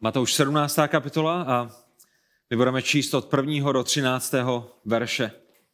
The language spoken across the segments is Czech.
Matouš 17. kapitola a my budeme číst od 1. do 13. verše,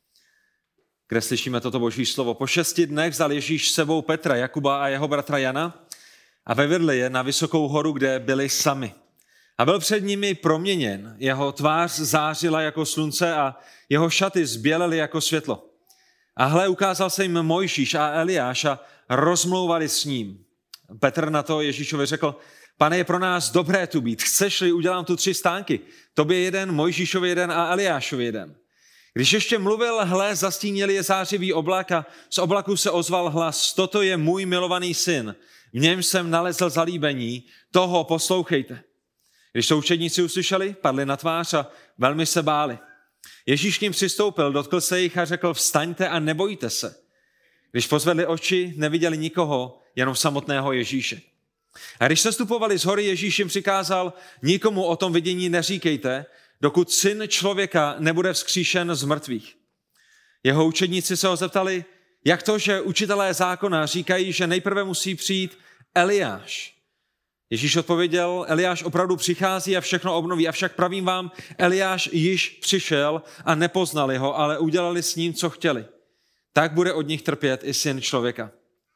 kde slyšíme toto boží slovo. Po 6 dnech vzal Ježíš s sebou Petra, Jakuba a jeho bratra Jana a vyvedl je na vysokou horu, kde byli sami. A byl před nimi proměněn, jeho tvář zářila jako slunce a jeho šaty zbělely jako světlo. A hle, ukázal se jim Mojžíš a Eliáš a rozmlouvali s ním. Petr na to Ježíšovi řekl: Pane, je pro nás dobré tu být. Chceš-li, udělám tu 3 stánky. Tobě jeden, Mojžíšovi jeden a Eliášovi jeden. Když ještě mluvil, hle, zastínil je zářivý oblak a z oblaku se ozval hlas: Toto je můj milovaný syn, v něm jsem nalezl zalíbení, toho poslouchejte. Když to učedníci uslyšeli, padli na tvář a velmi se báli. Ježíš k nim přistoupil, dotkl se jich a řekl: Vstaňte a nebojte se. Když pozvedli oči, neviděli nikoho, jenom samotného Ježíše. A když sestupovali z hory, Ježíš jim přikázal: Nikomu o tom vidění neříkejte, dokud syn člověka nebude vzkříšen z mrtvých. Jeho učedníci se ho zeptali: Jak to, že učitelé zákona říkají, že nejprve musí přijít Eliáš? Ježíš odpověděl: Eliáš opravdu přichází a všechno obnoví, avšak pravím vám, Eliáš již přišel a nepoznali ho, ale udělali s ním, co chtěli. Tak bude od nich trpět i syn člověka.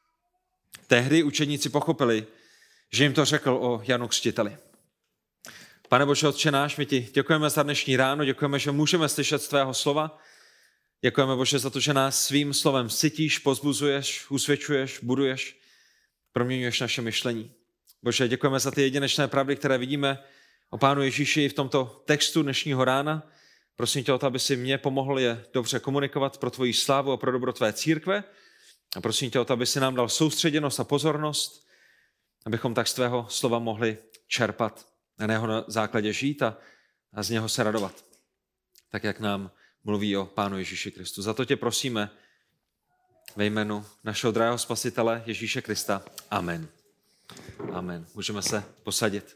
Tehdy učedníci pochopili, že jim to řekl o Janu Křtiteli. Pane Bože, Otče náš, my ti děkujeme za dnešní ráno, děkujeme, že můžeme slyšet z tvého slova. Děkujeme, Bože, za to, že nás svým slovem sytíš, pozbuzuješ, usvědčuješ, buduješ, proměňuješ naše myšlení. Bože, děkujeme za ty jedinečné pravdy, které vidíme o Pánu Ježíši v tomto textu dnešního rána. Prosím tě o to, aby si mě pomohl je dobře komunikovat pro tvoji slávu a pro dobro tvé církve. A prosím tě o to, aby si nám dal soustředěnost a pozornost, abychom tak z tvého slova mohli čerpat a na jeho základě žít a z něho se radovat. Tak, jak nám mluví o Pánu Ježíši Kristu. Za to tě prosíme ve jménu našeho drahého spasitele Ježíše Krista. Amen. Amen. Můžeme se posadit.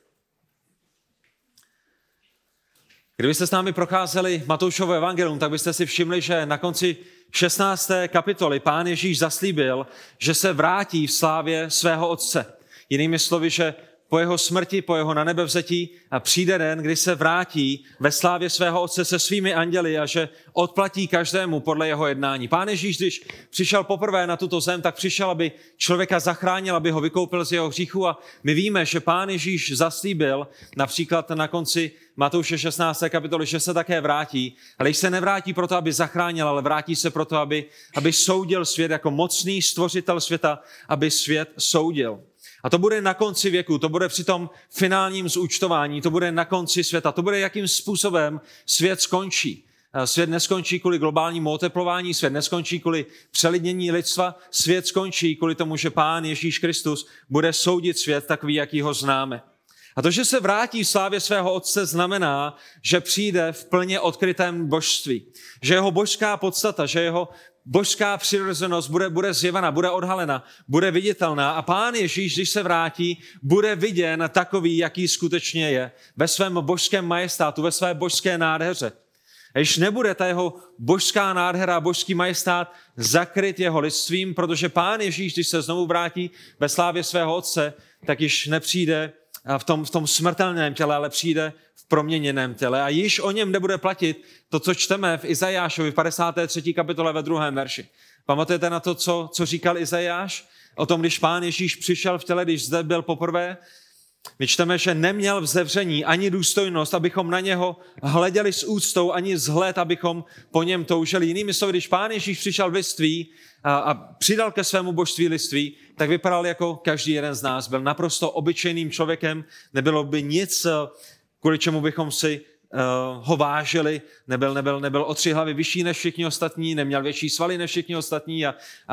Kdybyste s námi procházeli Matoušovo evangelium, tak byste si všimli, že na konci 16. kapitoly Pán Ježíš zaslíbil, že se vrátí v slávě svého Otce. Jinými slovy, že po jeho smrti, po jeho nanebevzetí a přijde den, kdy se vrátí ve slávě svého Otce se svými anděli a že odplatí každému podle jeho jednání. Pán Ježíš, když přišel poprvé na tuto zem, tak přišel, aby člověka zachránil, aby ho vykoupil z jeho hříchu a my víme, že Pán Ježíš zaslíbil například na konci Matouše 16. kapitoly, že se také vrátí, ale když se nevrátí proto, aby zachránil, ale vrátí se proto, aby soudil svět jako mocný stvořitel světa, aby svět soudil. A to bude na konci věku, to bude při tom finálním zúčtování, to bude na konci světa, to bude, jakým způsobem svět skončí. Svět neskončí kvůli globálnímu oteplování, svět neskončí kvůli přelidnění lidstva, svět skončí kvůli tomu, že Pán Ježíš Kristus bude soudit svět takový, jaký ho známe. A to, že se vrátí v slávě svého Otce, znamená, že přijde v plně odkrytém božství. Že jeho božská podstata, že jeho božská přirozenost bude zjevena, bude odhalena, bude viditelná a Pán Ježíš, když se vrátí, bude viděn takový, jaký skutečně je. Ve svém božském majestátu, ve své božské nádheře. A když nebude ta jeho božská nádhera, božský majestát zakryt jeho lidstvím, protože Pán Ježíš, když se znovu vrátí ve slávě svého Otce, tak již nepřijde v tom smrtelném těle, ale přijde v proměněném těle a již o něm nebude platit to, co čteme v Izajášovi v 53. kapitole ve 2. verši. Pamatujete na to, co říkal Izajáš? O tom, když Pán Ježíš přišel v těle, když zde byl poprvé? My čteme, že neměl vzevření ani důstojnost, abychom na něho hleděli s úctou, ani vzhled, abychom po něm toužili. Jinými slovy, když Pán Ježíš přišel v lidství a přidal ke svému božství lidství, tak vypadal jako každý jeden z nás. Byl naprosto obyčejným člověkem, nebylo by nic, kvůli čemu bychom si ho vážili, nebyl o 3 hlavy vyšší než všichni ostatní, neměl větší svaly než všichni ostatní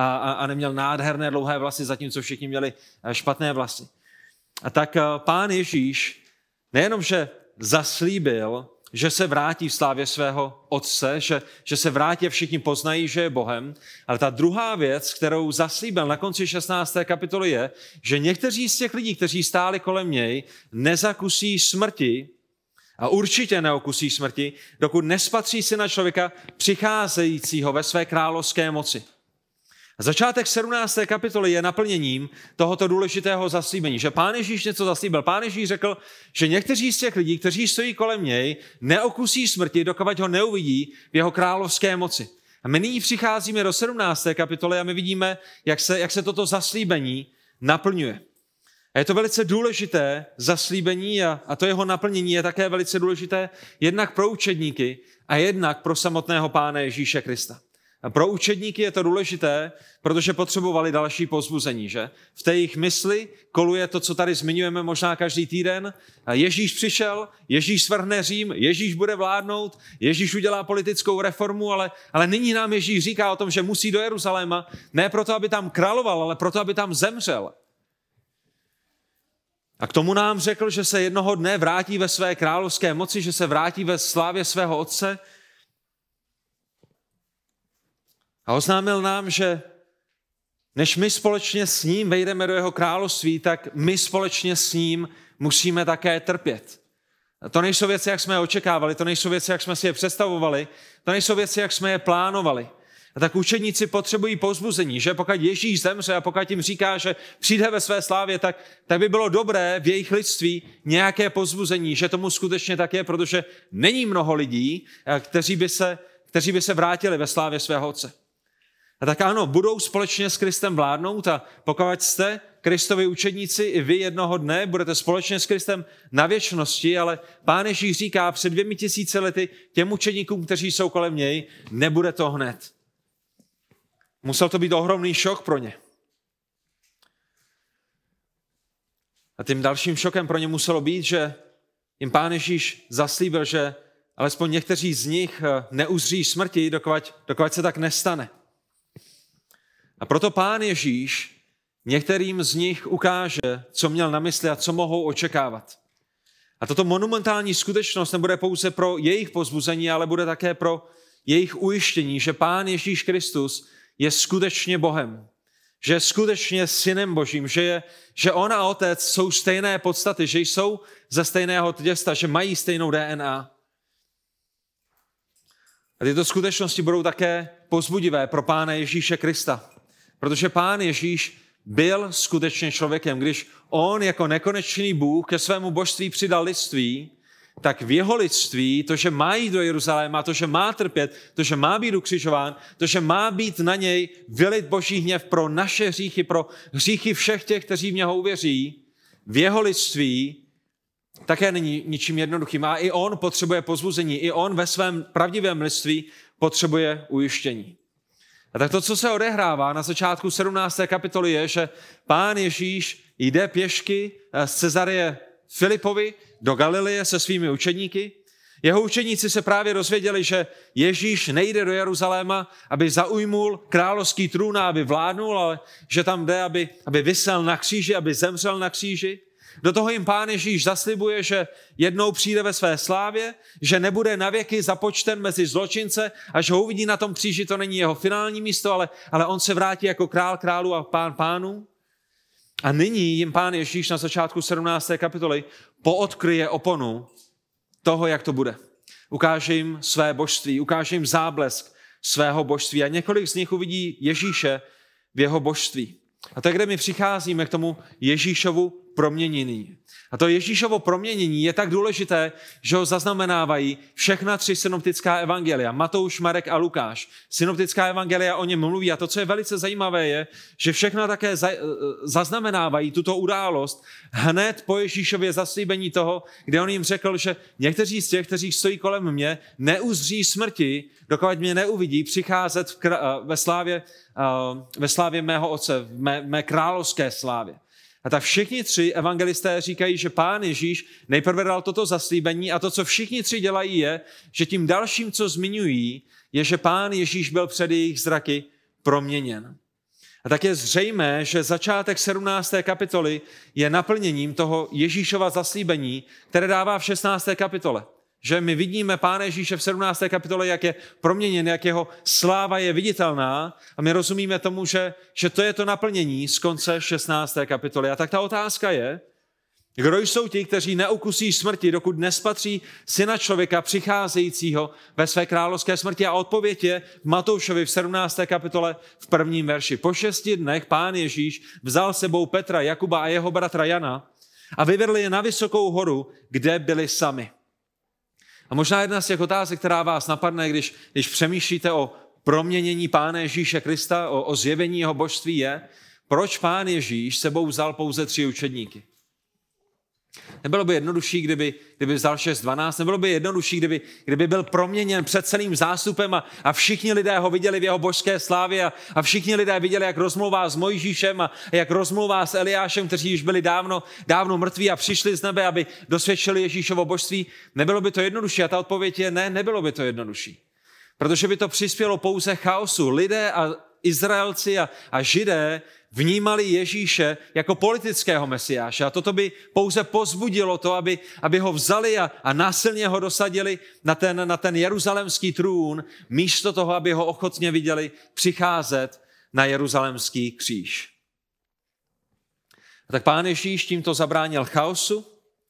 a neměl nádherné dlouhé vlasy, zatímco všichni měli špatné vlasy. A tak Pán Ježíš nejenom, že zaslíbil, že se vrátí v slávě svého Otce, že se vrátí a všichni poznají, že je Bohem, ale ta druhá věc, kterou zaslíbil na konci 16. kapitoly je, že někteří z těch lidí, kteří stáli kolem něj, nezakusí smrti a určitě neokusí smrti, dokud nespatří Syna člověka přicházejícího ve své královské moci. Začátek 17. kapitoly je naplněním tohoto důležitého zaslíbení, že Pán Ježíš něco zaslíbil. Pán Ježíš řekl, že někteří z těch lidí, kteří stojí kolem něj, neokusí smrti, dokud ho neuvidí v jeho královské moci. A my nyní přicházíme do 17. kapitoly a my vidíme, jak se toto zaslíbení naplňuje. A je to velice důležité zaslíbení a to jeho naplnění je také velice důležité jednak pro učedníky a jednak pro samotného Pána Ježíše Krista. A pro učedníky je to důležité, protože potřebovali další povzbuzení, že? V té jejich mysli koluje to, co tady zmiňujeme možná každý týden. A Ježíš přišel, Ježíš svrhne Řím, Ježíš bude vládnout, Ježíš udělá politickou reformu, ale nyní nám Ježíš říká o tom, že musí do Jeruzaléma, ne proto, aby tam královal, ale proto, aby tam zemřel. A k tomu nám řekl, že se jednoho dne vrátí ve své královské moci, že se vrátí ve slávě svého Otce. A oznámil nám, že než my společně s ním vejdeme do jeho království, tak my společně s ním musíme také trpět. A to nejsou věci, jak jsme je očekávali, to nejsou věci, jak jsme si je představovali, to nejsou věci, jak jsme je plánovali. A tak učedníci potřebují povzbuzení, že pokud Ježíš zemře a pokud jim říká, že přijde ve své slávě, tak by bylo dobré v jejich lidství nějaké povzbuzení, že tomu skutečně tak je, protože není mnoho lidí, kteří by se vrátili ve slávě svého Otce. A tak ano, budou společně s Kristem vládnout a pokud jste Kristovi učedníci, i vy jednoho dne budete společně s Kristem na věčnosti, ale Pán Ježíš říká před 2000 lety těm učedníkům, kteří jsou kolem něj, nebude to hned. Musel to být ohromný šok pro ně. A tím dalším šokem pro ně muselo být, že jim Pán Ježíš zaslíbil, že alespoň někteří z nich neuzří smrti, dokud se tak nestane. A proto Pán Ježíš některým z nich ukáže, co měl na mysli a co mohou očekávat. A toto monumentální skutečnost nebude pouze pro jejich povzbuzení, ale bude také pro jejich ujištění, že Pán Ježíš Kristus je skutečně Bohem, že je skutečně Synem Božím, že on a Otec jsou stejné podstaty, že jsou ze stejného těsta, že mají stejnou DNA. A tyto skutečnosti budou také povzbudivé pro Pána Ježíše Krista, protože Pán Ježíš byl skutečně člověkem. Když on jako nekonečný Bůh ke svému božství přidal lidství, tak v jeho lidství to, že má jít do Jeruzaléma, to, že má trpět, to, že má být ukřižován, to, že má být na něj vylit Boží hněv pro naše hříchy, pro hříchy všech těch, kteří v něho uvěří, v jeho lidství také není ničím jednoduchým. A i on potřebuje povzbuzení, i on ve svém pravdivém lidství potřebuje ujištění. A tak to, co se odehrává na začátku 17. kapitoly, je, že Pán Ježíš jde pěšky z Cezareje Filipovi do Galileje se svými učedníky. Jeho učedníci se právě dozvěděli, že Ježíš nejde do Jeruzaléma, aby zaujmul královský trůn a aby vládnul, ale že tam jde, aby visel na kříži, aby zemřel na kříži. Do toho jim Pán Ježíš zaslibuje, že jednou přijde ve své slávě, že nebude navěky započten mezi zločince a že ho uvidí na tom kříži, to není jeho finální místo, ale on se vrátí jako král králů a pán pánů. A nyní jim Pán Ježíš na začátku 17. kapitoly poodkryje oponu toho, jak to bude. Ukáže jim své božství, ukáže jim záblesk svého božství a několik z nich uvidí Ježíše v jeho božství. A tak, kde my přicházíme k tomu Ježíšovu proměnění. A to Ježíšovo proměnění je tak důležité, že ho zaznamenávají všechna 3 synoptická evangelia, Matouš, Marek a Lukáš. Synoptická evangelia o něm mluví a to, co je velice zajímavé, je, že všechna také zaznamenávají tuto událost hned po Ježíšově zaslíbení toho, kde on jim řekl, že někteří z těch, kteří stojí kolem mě, neuzří smrti, dokud mě neuvidí přicházet ve slávě mého Otce, v mé královské slávě. A tak všichni 3 evangelisté říkají, že Pán Ježíš nejprve dal toto zaslíbení a to, co všichni 3 dělají, je, že tím dalším, co zmiňují, je, že Pán Ježíš byl před jejich zraky proměněn. A tak je zřejmé, že začátek 17. kapitoly je naplněním toho Ježíšova zaslíbení, které dává v 16. kapitole. Že my vidíme Pána Ježíše v 17. kapitole, jak je proměněn, jak jeho sláva je viditelná a my rozumíme tomu, že to je to naplnění z konce 16. kapitoly. A tak ta otázka je, Kdo jsou ti, kteří neukusí smrti, dokud nespatří Syna člověka přicházejícího ve své královské smrti? A odpověď je v Matoušovi v 17. kapitole v 1. verši. Po 6 dnech Pán Ježíš vzal sebou Petra, Jakuba a jeho bratra Jana a vyvedl je na vysokou horu, kde byli sami. A možná jedna z těch otázek, která vás napadne, když přemýšlíte o proměnění Pána Ježíše Krista, o zjevení jeho božství je, proč Pán Ježíš sebou vzal pouze 3 učedníky? Nebylo by jednodušší, kdyby vzal 6-12, nebylo by jednodušší, kdyby byl proměněn před celým zástupem a všichni lidé ho viděli v jeho božské slávě a všichni lidé viděli, jak rozmluvá s Mojžíšem a jak rozmluvá s Eliášem, kteří již byli dávno mrtví a přišli z nebe, aby dosvědčili Ježíšovo božství. Nebylo by to jednodušší? A ta odpověď je ne, nebylo by to jednodušší. Protože by to přispělo pouze chaosu. Lidé a Izraelci a Židé vnímali Ježíše jako politického mesiáše a toto by pouze povzbudilo to, aby ho vzali a násilně ho dosadili na ten jeruzalemský trůn, místo toho, aby ho ochotně viděli přicházet na jeruzalemský kříž. A tak Pán Ježíš tímto zabránil chaosu,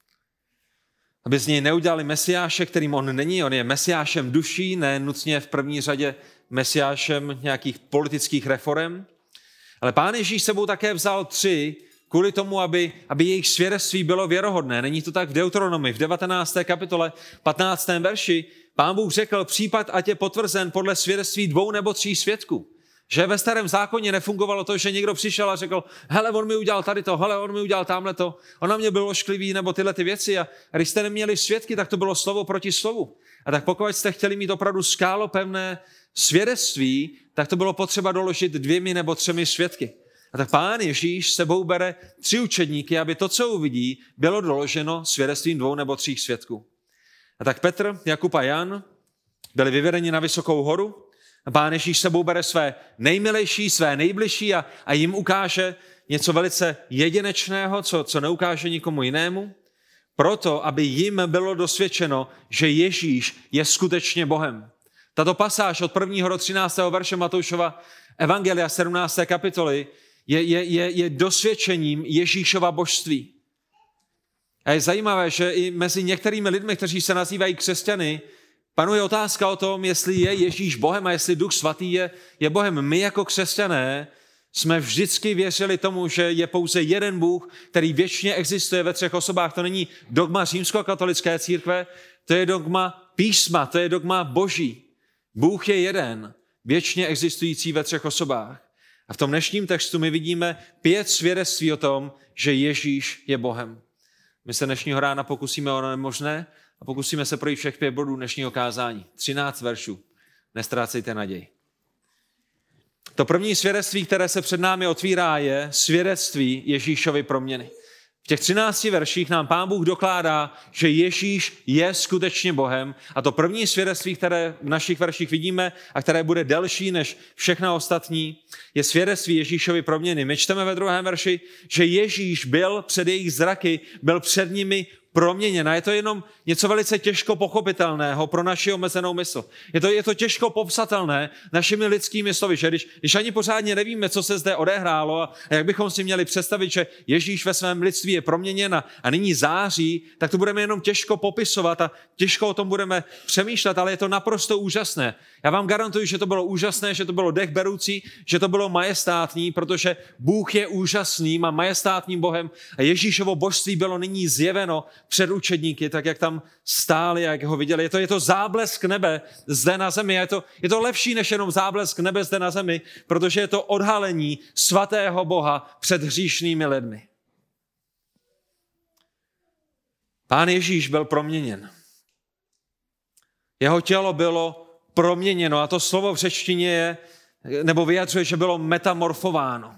aby z něj neudělali mesiáše, kterým on není. On je mesiášem duší, ne nutně v první řadě mesiášem nějakých politických reforem. Ale Pán Ježíš sebou také vzal 3 kvůli tomu, aby jejich svědectví bylo věrohodné. Není to tak v Deuteronomii, v 19. kapitole 15. verši. Pán Bůh řekl, případ ať je potvrzen podle svědectví 2 nebo 3 svědků. Že ve starém zákoně nefungovalo to, že někdo přišel a řekl, hele, on mi udělal tady to, hele, on mi udělal tamhleto, on na mě byl ošklivý, nebo tyhle ty věci. A když jste neměli svědky, tak to bylo slovo proti slovu. A tak pokud jste chtěli mít opravdu skálopevné svědectví, tak to bylo potřeba doložit 2 nebo 3 svědky. A tak Pán Ježíš sebou bere 3 učedníky, aby to, co uvidí, bylo doloženo svědectvím 2 nebo 3 svědků. A tak Petr, Jakub a Jan byli vyvedeni na vysokou horu. A Pán Ježíš sebou bere své nejmilejší, své nejbližší a jim ukáže něco velice jedinečného, co neukáže nikomu jinému. Proto, aby jim bylo dosvědčeno, že Ježíš je skutečně Bohem. Tato pasáž od 1. do 13. verše Matoušova Evangelia 17. kapitoly je dosvědčením Ježíšova božství. A je zajímavé, že i mezi některými lidmi, kteří se nazývají křesťany, panuje otázka o tom, jestli je Ježíš Bohem a jestli Duch Svatý je Bohem. My jako křesťané jsme vždycky věřili tomu, že je pouze jeden Bůh, který věčně existuje ve 3 osobách. To není dogma římskokatolické církve, to je dogma písma, to je dogma Boží. Bůh je jeden, věčně existující ve 3 osobách. A v tom dnešním textu my vidíme 5 svědectví o tom, že Ježíš je Bohem. My se dnešního rána pokusíme o nemožné a pokusíme se projít všech 5 bodů dnešního kázání. 13 veršů. Nestrácejte naději. To první svědectví, které se před námi otvírá, je svědectví Ježíšovy proměny. V těch 13 verších nám Pán Bůh dokládá, že Ježíš je skutečně Bohem. A to první svědectví, které v našich verších vidíme a které bude delší než všechna ostatní, je svědectví Ježíšovy proměny. My čteme ve 2. verši, že Ježíš byl před jejich zraky, byl před nimi proměněn. A je to jenom něco velice těžko pochopitelného pro naši omezenou mysl. Je to těžko popsatelné našimi lidskými slovy, že když ani pořádně nevíme, co se zde odehrálo a jak bychom si měli představit, že Ježíš ve svém lidství je proměněn a nyní září, tak to budeme jenom těžko popisovat a těžko o tom budeme přemýšlet, ale je to naprosto úžasné. Já vám garantuji, že to bylo úžasné, že to bylo dech beroucí, že to bylo majestátní, protože Bůh je úžasným a majestátním Bohem a Ježíšovo božství bylo nyní zjeveno před učedníky, tak jak tam stáli, jak ho viděli. Je to záblesk nebe zde na zemi. Je to lepší než jenom záblesk nebe zde na zemi, protože je to odhalení svatého Boha před hříšnými lidmi. Pán Ježíš byl proměněn. Jeho tělo bylo proměněno a to slovo v řečtině je, nebo vyjadřuje, že bylo metamorfováno.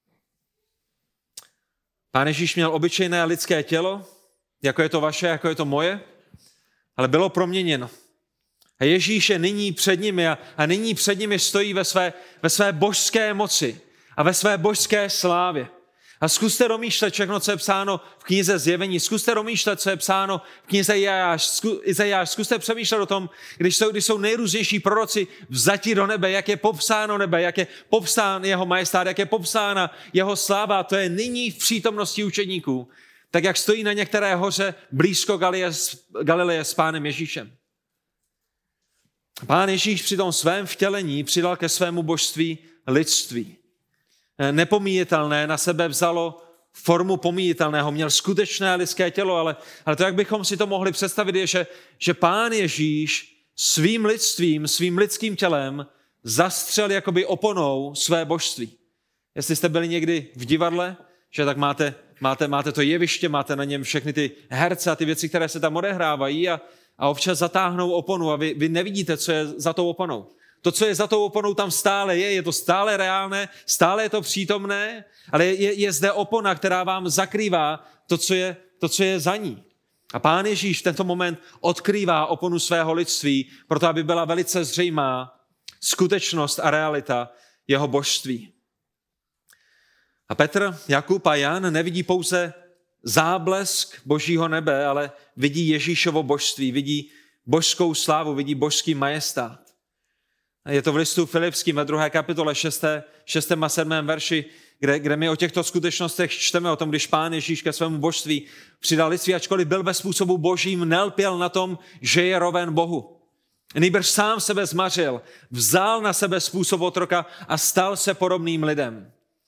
Pán Ježíš měl obyčejné lidské tělo, jako je to vaše, jako je to moje, ale bylo proměněno. A Ježíš je nyní před nimi a nyní před nimi stojí ve své božské moci a ve své božské slávě. A zkuste domýšlet všechno, co je psáno v knize Zjevení. Zkuste domýšlet, co je psáno v knize Izajáš. Zkuste přemýšlet o tom, když jsou nejrůznější proroci vzati do nebe, jak je popsáno nebe, jak je popsán jeho majestát, jak je popsána jeho sláva. To je nyní v přítomnosti učedníků. tak jak stojí na některé hoře blízko Galileje s Pánem Ježíšem. Pán Ježíš při tom svém vtělení přidal ke svému božství lidství. Nepomíjitelné na sebe vzalo formu pomíjitelného, měl skutečné lidské tělo, ale to, jak bychom si to mohli představit, je, že Pán Ježíš svým lidstvím, svým lidským tělem zastřel jakoby oponou své božství. Jestli jste byli někdy v divadle, že tak máte to jeviště, máte na něm všechny ty herce a ty věci, které se tam odehrávají a občas zatáhnou oponu a vy nevidíte, co je za tou oponou. To, co je za tou oponou, tam stále je to stále reálné, stále je to přítomné, ale je zde opona, která vám zakrývá to, co je za ní. A Pán Ježíš v tento moment odkrývá oponu svého lidství, proto aby byla velice zřejmá skutečnost a realita jeho božství. A Petr, Jakub a Jan nevidí pouze záblesk božího nebe, ale vidí Ježíšovo božství, vidí božskou slávu, vidí božský majestát. Je to v listu Filipským ve 2. kapitole 6. a 7. verši, kde my o těchto skutečnostech čteme, o tom, když Pán Ježíš ke svému božství přidal lidství, ačkoliv byl ve způsobu božím, nelpěl na tom, že je roven Bohu. Nýbrž sám sebe zmařil, vzal na sebe způsob otroka a stal se podobným lidem.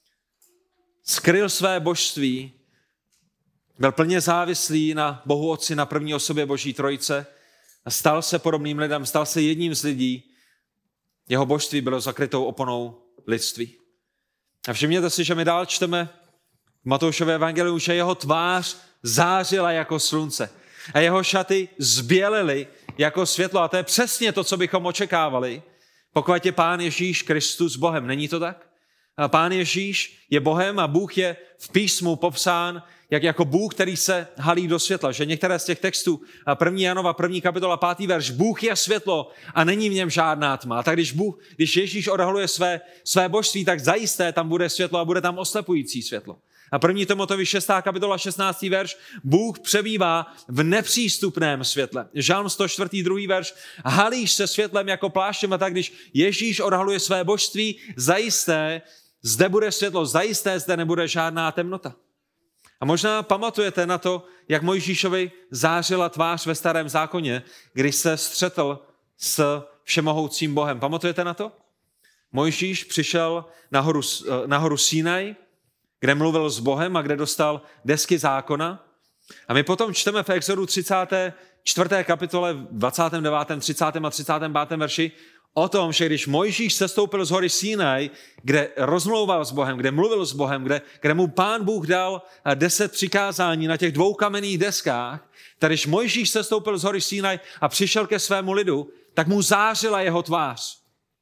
Skryl své božství, byl plně závislý na Bohu Otci, na první osobě Boží Trojice a stal se podobným lidem, stal se jedním z lidí. Jeho božství bylo zakrytou oponou lidství. A všimněte si, že my dál čteme v Matoušově evangeliu, že jeho tvář zářila jako slunce a jeho šaty zbělily jako světlo. A to je přesně to, co bychom očekávali, pokud je Pán Ježíš Kristus Bohem. Není to tak? A Pán Ježíš je Bohem a Bůh je v písmu popsán jako Bůh, který se halí do světla. Že některé z těch textů, 1. Janova, 1. kapitola, 5. verš, Bůh je světlo a není v něm žádná tma. Tak když Ježíš odhaluje své božství, tak zajisté tam bude světlo a bude tam oslepující světlo. A 1. Timoteovi 6. kapitola, 16. verš, Bůh přebývá v nepřístupném světle. Žalm 104. 2. verš, halíš se světlem jako pláštěm, a tak když Ježíš odhaluje své božství, zajisté zde bude světlo, zajisté zde nebude žádná temnota. A možná pamatujete na to, jak Mojžíšovi zářila tvář ve Starém zákoně, když se střetl s všemohoucím Bohem. Pamatujete na to? Mojžíš přišel na horu Sinaj, kde mluvil s Bohem a kde dostal desky zákona. A my potom čteme v Exodu 34. kapitole 29., 30. a 35. verši o tom, že když Mojžíš sestoupil z hory Sinaj, kde rozmlouval s Bohem, kde mluvil s Bohem, kde mu Pán Bůh dal 10 přikázání na těch 2 kamenných deskách, tak když Mojžíš sestoupil z hory Sinaj a přišel ke svému lidu, tak mu zářila jeho tvář.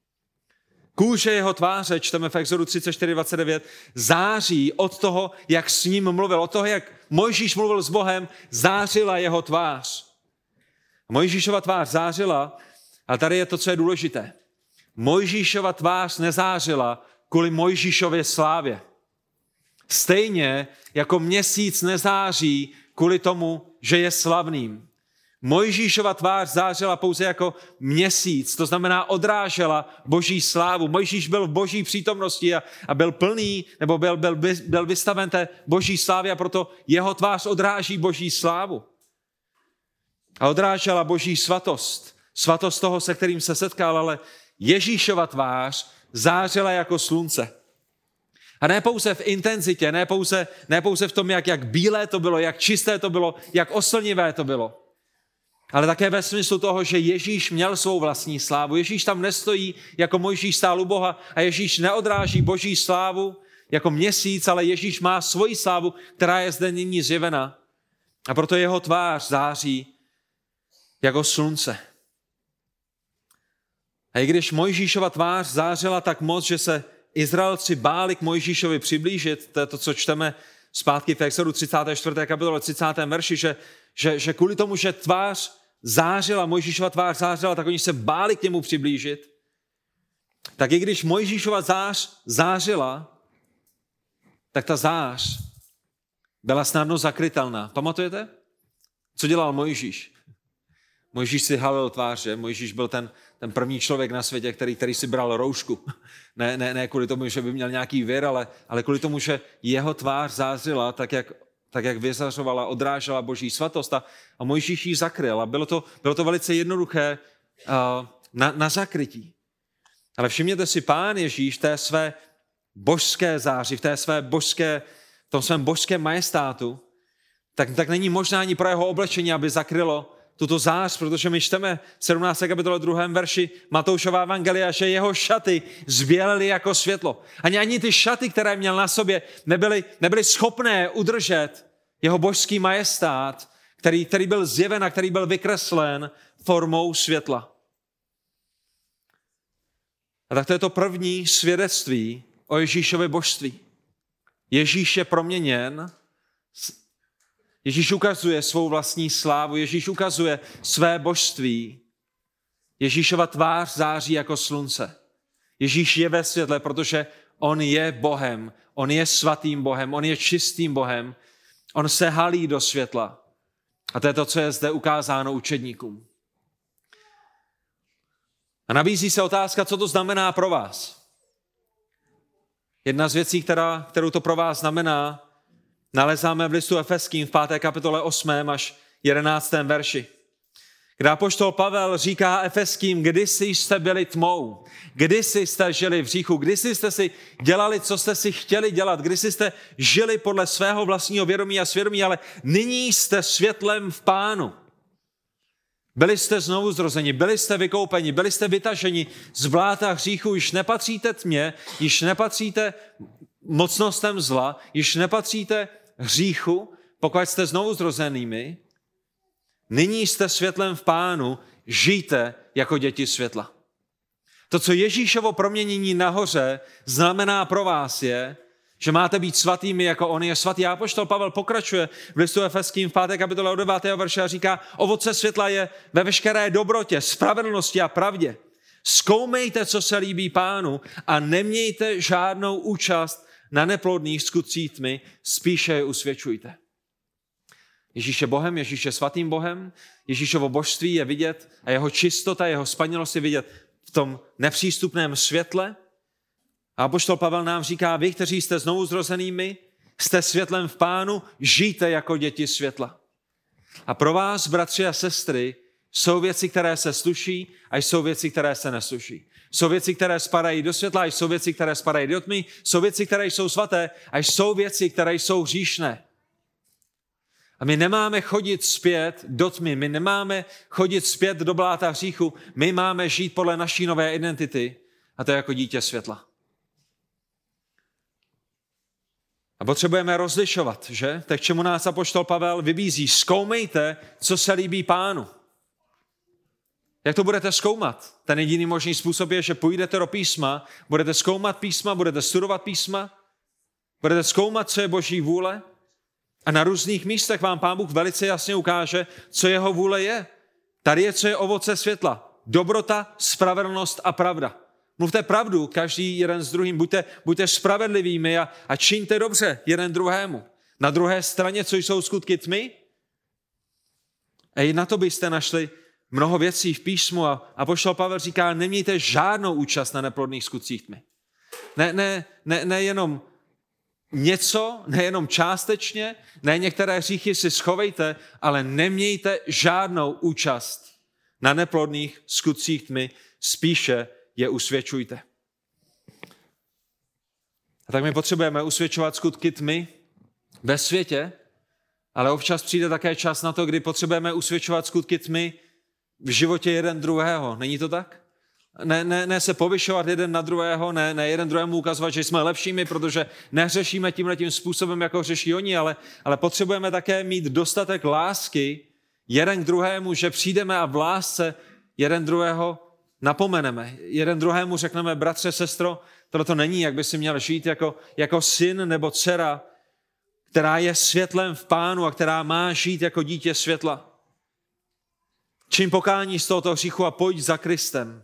Kůže jeho tváře, čteme v Exodu 34:29, září od toho, jak s ním mluvil, od toho, jak Mojžíš mluvil s Bohem, zářila jeho tvář. Mojžíšova tvář zářila, a tady je to, co je důležité. Mojžíšova tvář nezářila kvůli Mojžíšově slávě. Stejně jako měsíc nezáří kvůli tomu, že je slavným. Mojžíšova tvář zářila pouze jako měsíc, to znamená odrážela Boží slávu. Mojžíš byl v Boží přítomnosti a byl plný, nebo byl vystaven té Boží slávě a proto jeho tvář odráží Boží slávu. A odrážela Boží svatost. Svatost toho, se kterým se setkal, ale Ježíšova tvář zářila jako slunce. A ne pouze v intenzitě, ne pouze v tom, jak bílé to bylo, jak čisté to bylo, jak oslnivé to bylo. Ale také ve smyslu toho, že Ježíš měl svou vlastní slávu. Ježíš tam nestojí, jako Mojžíš stál u Boha a Ježíš neodráží Boží slávu jako měsíc, ale Ježíš má svoji slávu, která je zde nyní zjevena. A proto jeho tvář září jako slunce. A i když Mojžíšova tvář zářila tak moc, že se Izraelci báli k Mojžíšovi přiblížit, to je to, co čteme zpátky v Exodu 34. kapitole 30. verši, že kvůli tomu, že tvář zářila, Mojžíšova tvář zářila, tak oni se báli k němu přiblížit. Tak i když Mojžíšova zář zářila, tak ta zář byla snadno zakrytelná. Pamatujete? Co dělal Mojžíš? Mojžíš si halil tvář, že? Mojžíš byl ten první člověk na světě, který si bral roušku. Ne kvůli tomu, že by měl nějaký vir, ale kvůli tomu, že jeho tvář zářila, tak tak jak vyzařovala, odrážela Boží svatost a Mojžíš ji zakryl. A bylo to velice jednoduché na zakrytí. Ale všimněte si, Pán Ježíš v té své božské záři, v tom svém božském majestátu, tak není možná ani pro jeho oblečení, aby zakrylo tuto zář, protože my čteme v 17. kapitole 2. verši Matoušova evangelia, že jeho šaty zbělely jako světlo. Ani ty šaty, které měl na sobě, nebyly schopné udržet jeho božský majestát, který byl zjeven a který byl vykreslen formou světla. A tak to je to první svědectví o Ježíšově božství. Ježíš je proměněn, Ježíš ukazuje svou vlastní slávu, Ježíš ukazuje své božství. Ježíšova tvář září jako slunce. Ježíš je ve světle, protože on je Bohem, on je svatým Bohem, on je čistým Bohem, on se halí do světla. A to je to, co je zde ukázáno učedníkům. A nabízí se otázka, co to znamená pro vás. Jedna z věcí, kterou to pro vás znamená, nalezáme v listu Efeským v 5. kapitole 8. až 11. verši. Kde apoštol Pavel říká Efeským, kdysi jste byli tmou, kdysi jste žili v hříchu, kdysi jste si dělali, co jste si chtěli dělat, kdysi jste žili podle svého vlastního vědomí a svědomí, ale nyní jste světlem v Pánu. Byli jste znovu zrozeni, byli jste vykoupeni, byli jste vytaženi z bláta hříchu, již nepatříte tmě, již nepatříte mocnostem zla, již nepatříte hříchu, pokud jste znovu zrozenými, nyní jste světlem v Pánu, žijte jako děti světla. To, co Ježíšovo proměnění nahoře znamená pro vás je, že máte být svatými, jako on je svatý. A apoštol Pavel pokračuje v listu Efeským v 5. kapitole od 9. verše a říká, ovoce světla je ve veškeré dobrotě, spravedlnosti a pravdě. Zkoumejte, co se líbí Pánu a nemějte žádnou účast na neplodných skutcích tmy, spíše je usvědčujte. Ježíš je Bohem, Ježíš je svatým Bohem, Ježíšovo božství je vidět a jeho čistota, jeho spanělost je vidět v tom nepřístupném světle. A apoštol Pavel nám říká, vy, kteří jste znovu zrozenými, jste světlem v Pánu, žijte jako děti světla. A pro vás, bratři a sestry, jsou věci, které se sluší a jsou věci, které se nesluší. Jsou věci, které spadají do světla a jsou věci, které spadají do tmy. Jsou věci, které jsou svaté a jsou věci, které jsou hříšné. A my nemáme chodit zpět do tmy, my nemáme chodit zpět do bláta hříchu, my máme žít podle naší nové identity a to je jako dítě světla. A potřebujeme rozlišovat, že? Tak čemu nás apoštol Pavel vybízí? Zkoumejte, co se líbí Pánu. Jak to budete zkoumat? Ten jediný možný způsob je, že půjdete do písma, budete zkoumat písma, budete studovat písma, budete zkoumat, co je Boží vůle a na různých místech vám Pán Bůh velice jasně ukáže, co jeho vůle je. Tady je, co je ovoce světla. Dobrota, spravedlnost a pravda. Mluvte pravdu, každý jeden s druhým, buďte spravedlivými a čiňte dobře jeden druhému. Na druhé straně, co jsou skutky tmy, a i na to byste našli mnoho věcí v písmu a apoštol Pavel říká, nemějte žádnou účast na neplodných skutcích tmy. Ne jenom něco, nejenom částečně, ne některé hříchy si schovejte, ale nemějte žádnou účast na neplodných skutcích tmy, spíše je usvědčujte. A tak my potřebujeme usvědčovat skutky tmy ve světě, ale občas přijde také čas na to, kdy potřebujeme usvědčovat skutky tmy v životě jeden druhého. Není to tak? Ne se povyšovat jeden na druhého, ne jeden druhému ukazovat, že jsme lepšími, protože nehřešíme tímhletím způsobem, jako hřeší oni, ale potřebujeme také mít dostatek lásky jeden k druhému, že přijdeme a v lásce jeden druhého napomeneme. Jeden druhému řekneme, bratře, sestro, tohle není, jak by si měl žít jako syn nebo dcera, která je světlem v Pánu a která má žít jako dítě světla. Čím pokání z tohoto hříchu a pojď za Kristem.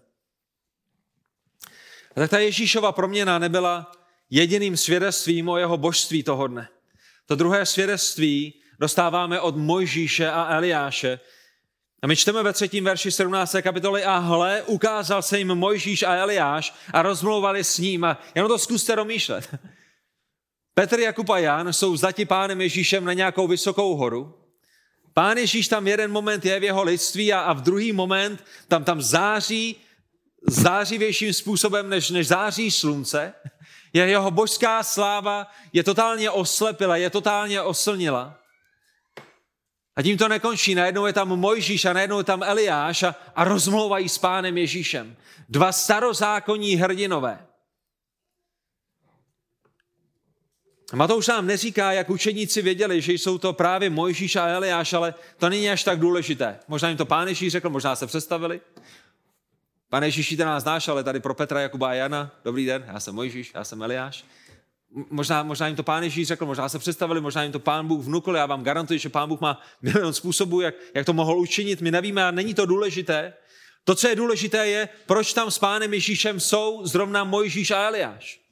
A tak ta Ježíšova proměna nebyla jediným svědectvím o jeho božství toho dne. To druhé svědectví dostáváme od Mojžíše a Eliáše. A my čteme ve 3. verši 17. kapitoly a hle, ukázal se jim Mojžíš a Eliáš a rozmlouvali s ním. A jenom to zkuste domýšlet. Petr, Jakub a Jan jsou vzati Pánem Ježíšem na nějakou vysokou horu. Pán Ježíš tam jeden moment je v jeho lidství a v druhý moment tam září zářivějším způsobem, než září slunce. Jeho božská sláva je totálně oslepila, je totálně oslnila. A tím to nekončí. Najednou je tam Mojžíš a najednou je tam Eliáš a rozmlouvají s Pánem Ježíšem. Dva starozákonní hrdinové. Matouš nám neříká, jak učeníci věděli, že jsou to právě Mojžíš a Eliáš, ale to není až tak důležité. Možná jim to Pán Ježíš řekl, možná se představili. Pane Ježíši, ty nás znáš, ale tady pro Petra, Jakuba a Jana, dobrý den, já jsem Mojžíš, já jsem Eliáš. Možná jim to Pán Ježíš řekl, možná se představili, možná jim to Pán Bůh vnukl, já vám garantuji, že Pán Bůh má milion způsobů, jak to mohl učinit, my nevíme a není to důležité. To, co je důležité, je, proč tam s Pánem Ježíšem jsou zrovna Mojžíš a Eliáš.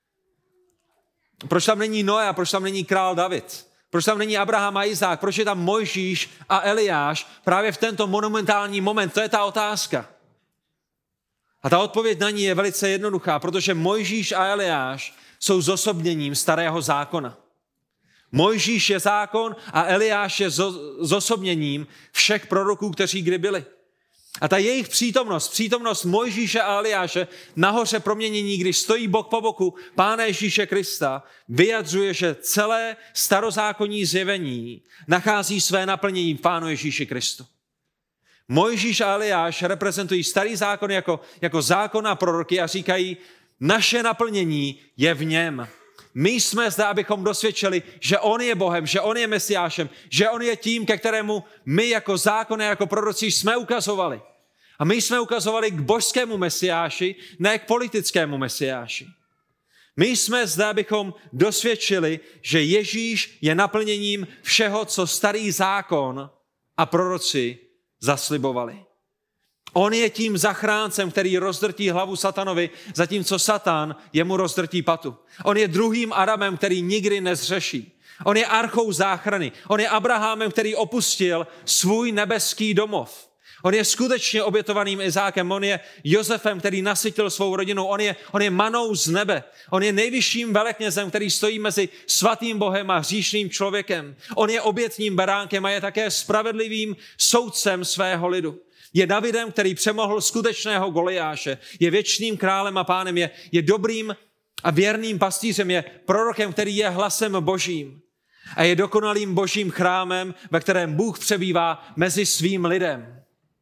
Proč tam není Noé a proč tam není král David? Proč tam není Abraham a Izák? Proč je tam Mojžíš a Eliáš právě v tento monumentální moment? To je ta otázka. A ta odpověď na ní je velice jednoduchá, protože Mojžíš a Eliáš jsou zosobněním starého zákona. Mojžíš je zákon a Eliáš je zosobněním všech proroků, kteří kdy byli. A ta jejich přítomnost Mojžíše a Eliáše nahoře proměnění, když stojí bok po boku Pána Ježíše Krista, vyjadřuje, že celé starozákonní zjevení nachází své naplnění v Pánu Ježíši Kristu. Mojžíš a Eliáš reprezentují starý zákon jako zákon a proroky a říkají, naše naplnění je v něm. My jsme zde, abychom dosvědčili, že on je Bohem, že on je Mesiášem, že on je tím, ke kterému my jako zákon a jako proroci jsme ukazovali. A my jsme ukazovali k božskému Mesiáši, ne k politickému Mesiáši. My jsme zde, abychom dosvědčili, že Ježíš je naplněním všeho, co starý zákon a proroci zaslibovali. On je tím zachráncem, který rozdrtí hlavu satanovi, zatímco Satan jemu rozdrtí patu. On je druhým Adamem, který nikdy nezřeší. On je archou záchrany. On je Abrahamem, který opustil svůj nebeský domov. On je skutečně obětovaným Izákem. On je Josefem, který nasytil svou rodinu. On je manou z nebe. On je nejvyšším veleknězem, který stojí mezi svatým Bohem a hříšným člověkem. On je obětním beránkem a je také spravedlivým soudcem svého lidu. Je Davidem, který přemohl skutečného Goliáše. Je věčným králem a pánem. Je dobrým a věrným pastýřem. Je prorokem, který je hlasem božím. A je dokonalým božím chrámem, ve kterém Bůh přebývá mezi svým lidem.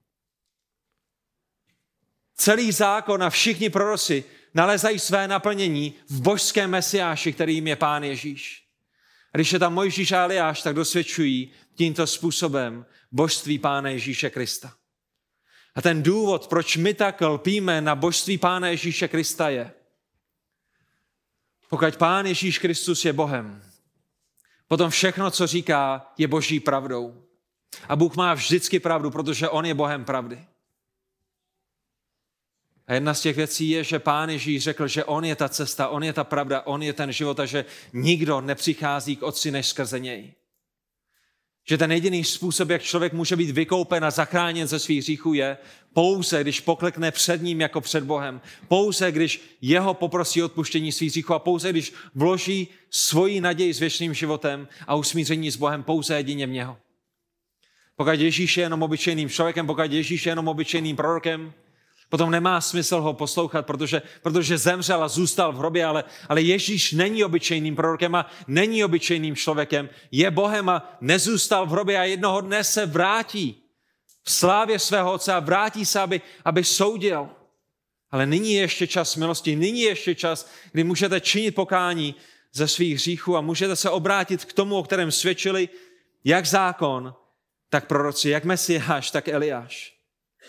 Celý zákon a všichni proroci nalezají své naplnění v božském Mesiáši, kterým je Pán Ježíš. A když je tam Mojžíš a Eliáš, tak dosvědčují tímto způsobem božství Pána Ježíše Krista. A ten důvod, proč my tak lpíme na božství Pána Ježíše Krista je, pokud Pán Ježíš Kristus je Bohem, potom všechno, co říká, je boží pravdou. A Bůh má vždycky pravdu, protože on je Bohem pravdy. A jedna z těch věcí je, že Pán Ježíš řekl, že on je ta cesta, on je ta pravda, on je ten život a že nikdo nepřichází k Otci než skrze něj. Že ten jediný způsob, jak člověk může být vykoupen a zachráněn ze svých hříchů je pouze, když poklekne před ním jako před Bohem. Pouze, když jeho poprosí odpuštění svých hříchů a pouze, když vloží svoji naději s věčným životem a usmíření s Bohem pouze jedině v něho. Pokud Ježíš je jenom obyčejným člověkem, pokud Ježíš je jenom obyčejným prorokem, potom nemá smysl ho poslouchat, protože zemřel a zůstal v hrobě, ale Ježíš není obyčejným prorokem a není obyčejným člověkem. Je Bohem a nezůstal v hrobě a jednoho dne se vrátí v slávě svého Otce a vrátí se, aby soudil. Ale nyní je ještě čas milosti, nyní je ještě čas, kdy můžete činit pokání ze svých hříchů a můžete se obrátit k tomu, o kterém svědčili jak zákon, tak proroci, jak Mesiáš, tak Eliáš.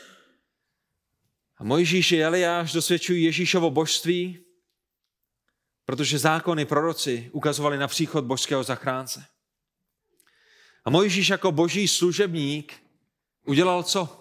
A Mojžíš i Eliáš dosvědčují Ježíšovo božství, protože zákony proroci ukazovali na příchod božského zachránce. A Mojžíš jako boží služebník udělal co?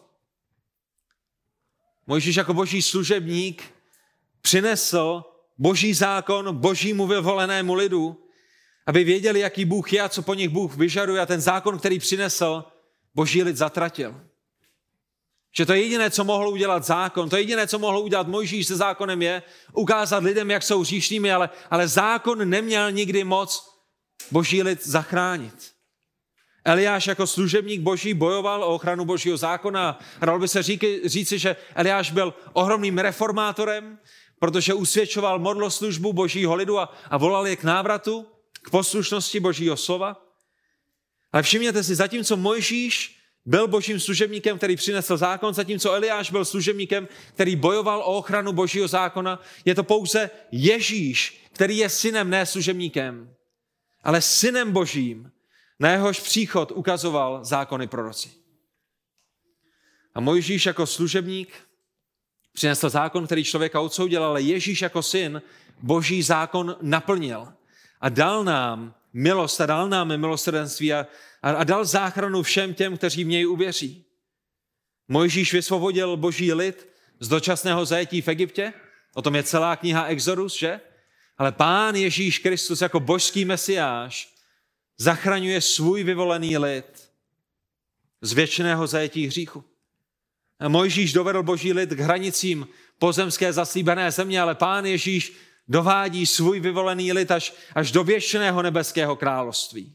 Mojžíš jako boží služebník přinesl boží zákon božímu vyvolenému lidu, aby věděli, jaký Bůh je a co po nich Bůh vyžaduje. A ten zákon, který přinesl, boží lid zatratil. Že to jediné, co mohl udělat zákon, to jediné, co mohl udělat Mojžíš se zákonem je ukázat lidem, jak jsou hříšnými, ale zákon neměl nikdy moc boží lid zachránit. Eliáš jako služebník boží bojoval o ochranu božího zákona a dalo by se říci, že Eliáš byl ohromným reformátorem, protože usvědčoval modloslužbu božího lidu a volal je k návratu, k poslušnosti božího slova. Ale všimněte si, zatímco Mojžíš byl božím služebníkem, který přinesl zákon, zatímco Eliáš byl služebníkem, který bojoval o ochranu božího zákona, je to pouze Ježíš, který je synem, ne služebníkem, ale synem božím, na jehož příchod ukazoval zákony proroci. A Mojžíš jako služebník přinesl zákon, který člověka odsoudil, ale Ježíš jako syn boží zákon naplnil a dal nám milost a dal nám milosrdenství a dal záchranu všem těm, kteří v něj uvěří. Mojžíš vysvobodil boží lid z dočasného zajetí v Egyptě, o tom je celá kniha Exodus, že? Ale Pán Ježíš Kristus jako božský mesiáš zachraňuje svůj vyvolený lid z věčného zajetí hříchu. A Mojžíš dovedl boží lid k hranicím pozemské zaslíbené země, ale Pán Ježíš dovádí svůj vyvolený lid až do věčného nebeského království.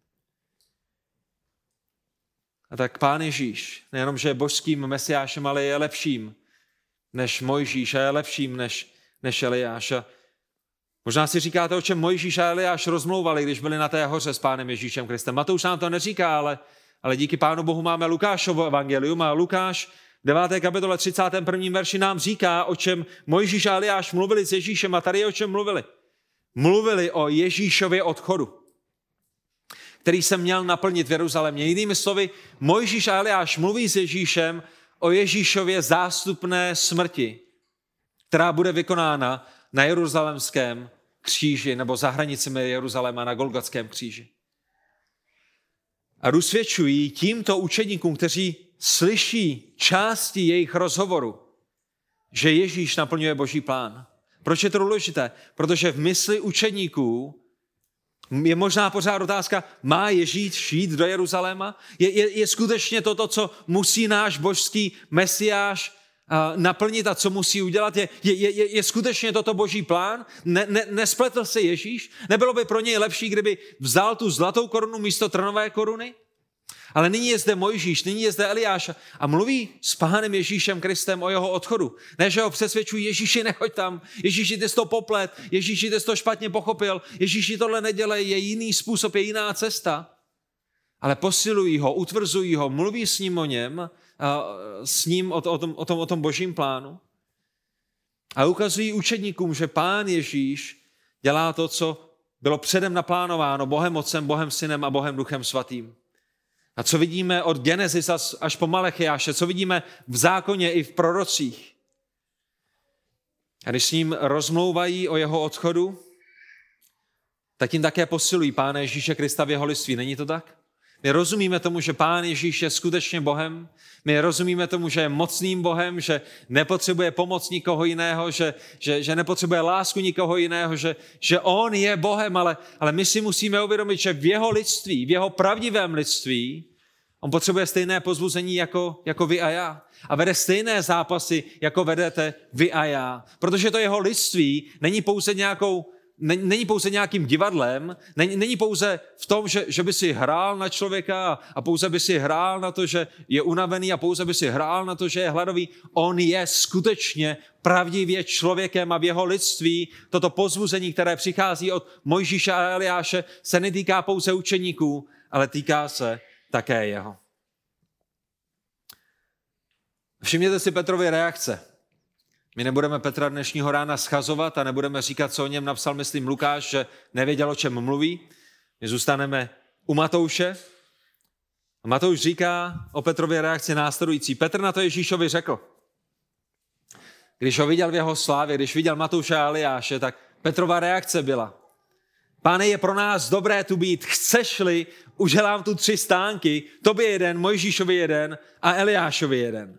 A tak Pán Ježíš nejenom, že je božským mesiášem, ale je lepším než Mojžíš a je lepším než Eliáš. A možná si říkáte, o čem Mojžíš a Eliáš rozmlouvali, když byli na té hoře s Pánem Ježíšem Kristem. Matouš nám to neříká, ale díky Pánu Bohu máme Lukášovo evangelium a Lukáš 9. kapitole 31. verši nám říká, o čem Mojžíš a Eliáš mluvili s Ježíšem a tady je o čem mluvili. Mluvili o Ježíšově odchodu, který se měl naplnit v Jeruzalémě. Jinými slovy, Mojžíš a Eliáš mluví s Ježíšem o Ježíšově zástupné smrti, která bude vykonána na jeruzalémském kříži nebo za hranicemi Jeruzaléma na Golgotském kříži. A dosvědčují tímto učedníkům, kteří slyší části jejich rozhovoru, že Ježíš naplňuje boží plán. Proč je to důležité? Protože v mysli učedníků je možná pořád otázka, má Ježíš jít do Jeruzaléma? Je skutečně toto, co musí náš božský mesiáš naplnit a co musí udělat? Je skutečně toto boží plán? Nespletl se Ježíš? Nebylo by pro něj lepší, kdyby vzal tu zlatou korunu místo trnové koruny? Ale nyní je zde Mojžíš, nyní je zde Eliáš a mluví s Pánem Ježíšem Kristem o jeho odchodu. Ne, že ho přesvědčují, Ježíši, nechoď tam, Ježíši, ty jsi to poplet, Ježíši, ty jsi to špatně pochopil, Ježíši, tohle nedělej, je jiný způsob, je jiná cesta. Ale posilují ho, utvrzují ho, mluví s ním o něm, s ním o tom božím plánu. A ukazují učedníkům, že Pán Ježíš dělá to, co bylo předem naplánováno Bohem Otcem, Bohem Synem a Bohem Duchem Svatým. A co vidíme od Genesis až po Malechiáše, co vidíme v zákoně i v prorocích. A když s ním rozmlouvají o jeho odchodu, tak jim také posilují Pána Ježíše Krista v jeho lidství. Není to tak? My rozumíme tomu, že Pán Ježíš je skutečně Bohem. My rozumíme tomu, že je mocným Bohem, že nepotřebuje pomoc nikoho jiného, že nepotřebuje lásku nikoho jiného, že on je Bohem, ale my si musíme uvědomit, že v jeho lidství, v jeho pravdivém lidství, on potřebuje stejné pozbuzení jako vy a já. A vede stejné zápasy, jako vedete vy a já. Protože to jeho lidství není pouze nějakým divadlem, není pouze v tom, že by si hrál na člověka a pouze by si hrál na to, že je unavený a pouze by si hrál na to, že je hladový. On je skutečně pravdivě člověkem a v jeho lidství toto pozbuzení, které přichází od Mojžíše a Eliáše, se netýká pouze učeníků, ale týká se také jeho. Všimněte si Petrovy reakce. My nebudeme Petra dnešního rána schazovat a nebudeme říkat, co o něm napsal, myslím, Lukáš, že nevěděl, o čem mluví. My zůstaneme u Matouše. A Matouš říká o Petrově reakci následující. Petr na to Ježíšovi řekl. Když ho viděl v jeho slávě, když viděl Matouše a Eliáše, tak Petrova reakce byla. Pane, je pro nás dobré tu být. Chceš-li, udělám tu 3 stánky, tobě jeden, Mojžíšovi jeden a Eliášovi jeden.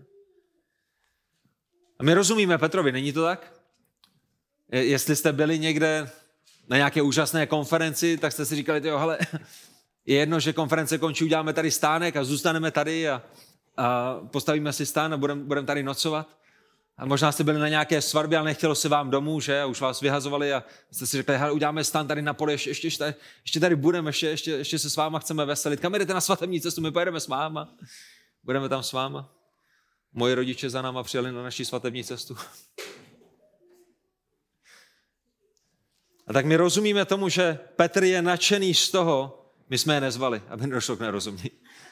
A my rozumíme Petrovi, není to tak? Jestli jste byli někde na nějaké úžasné konferenci, tak jste si říkali, hele, je jedno, že konference končí, uděláme tady stánek a zůstaneme tady a a postavíme si stan a budeme tady nocovat. A možná jste byli na nějaké svatbě, ale nechtělo se vám domů, že? A už vás vyhazovali a jste si řekli, hele, uděláme stan tady na poli, ještě tady budeme, ještě se s váma chceme veselit. Kam jdete na svatební cestu? My pojedeme s váma. Budeme tam s váma. Moji rodiče za náma přijeli na naši svatební cestu. A tak my rozumíme tomu, že Petr je nadšený z toho, my jsme je nezvali, aby nedošlo k nerozumění.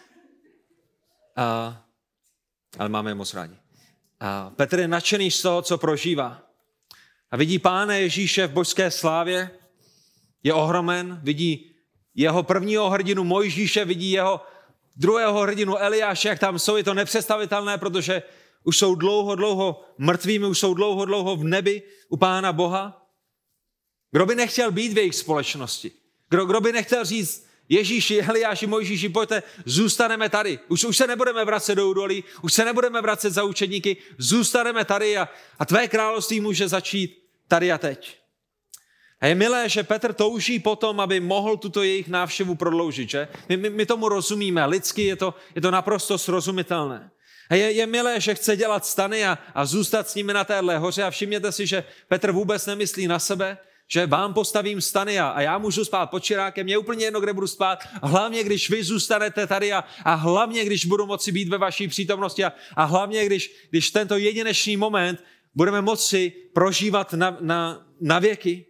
Ale máme je moc rádi. A Petr je nadšený z toho, co prožívá. A vidí Pána Ježíše v božské slávě, je ohromen, vidí jeho prvního hrdinu Mojžíše, vidí jeho druhého hrdinu Eliáše, jak tam jsou, je to nepředstavitelné, protože už jsou dlouho mrtvými, už jsou dlouho v nebi u Pána Boha. Kdo by nechtěl být v jejich společnosti? Kdo by nechtěl říct, Ježíši, Eliáši, Mojžíši, pojďte, zůstaneme tady. Už se nebudeme vracet do údolí, už se nebudeme vracet za učedníky, zůstaneme tady a tvé království může začít tady a teď. A je milé, že Petr touží potom, aby mohl tuto jejich návštěvu prodloužit, že? My tomu rozumíme, lidsky je to naprosto srozumitelné. A je milé, že chce dělat stany a zůstat s nimi na téhle hoře a všimněte si, že Petr vůbec nemyslí na sebe, že vám postavím stany a já můžu spát pod čirákem, je úplně jedno, kde budu spát, hlavně když vy zůstanete tady a hlavně když budu moci být ve vaší přítomnosti a hlavně když tento jedinečný moment budeme moci prožívat na věky.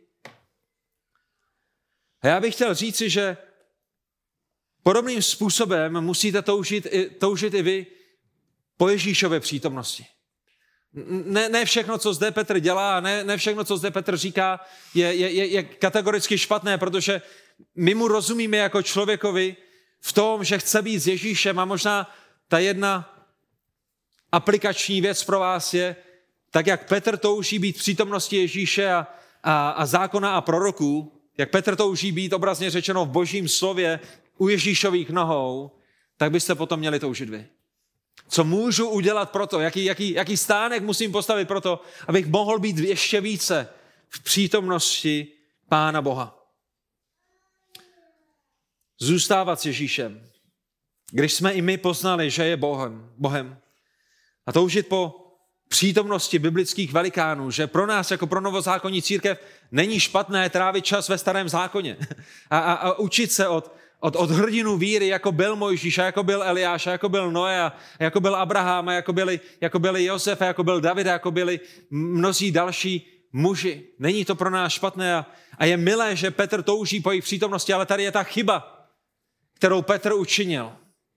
A já bych chtěl říci, že podobným způsobem musíte toužit i vy po Ježíšově přítomnosti. Ne všechno, co zde Petr dělá, ne všechno, co zde Petr říká, je kategoricky špatné, protože my mu rozumíme jako člověkovi v tom, že chce být s Ježíšem a možná ta jedna aplikační věc pro vás je, tak jak Petr touží být v přítomnosti Ježíše a zákona a proroků, jak Petr touží být obrazně řečeno v Božím slově u Ježíšových nohou, tak byste potom měli toužit vy. Co můžu udělat pro to, jaký stánek musím postavit pro to, abych mohl být ještě více v přítomnosti Pána Boha. Zůstávat s Ježíšem, když jsme i my poznali, že je Bohem. A toužit po přítomnosti biblických velikánů, že pro nás, jako pro novozákonní církev, není špatné trávit čas ve starém zákoně a učit se od hrdinů víry, jako byl Mojžíš, jako byl Eliáš, jako byl Noé, jako byl Abraham, jako byli Josef, jako byl David, jako byli mnozí další muži. Není to pro nás špatné a je milé, že Petr touží po jejich přítomnosti, ale tady je ta chyba, kterou Petr učinil.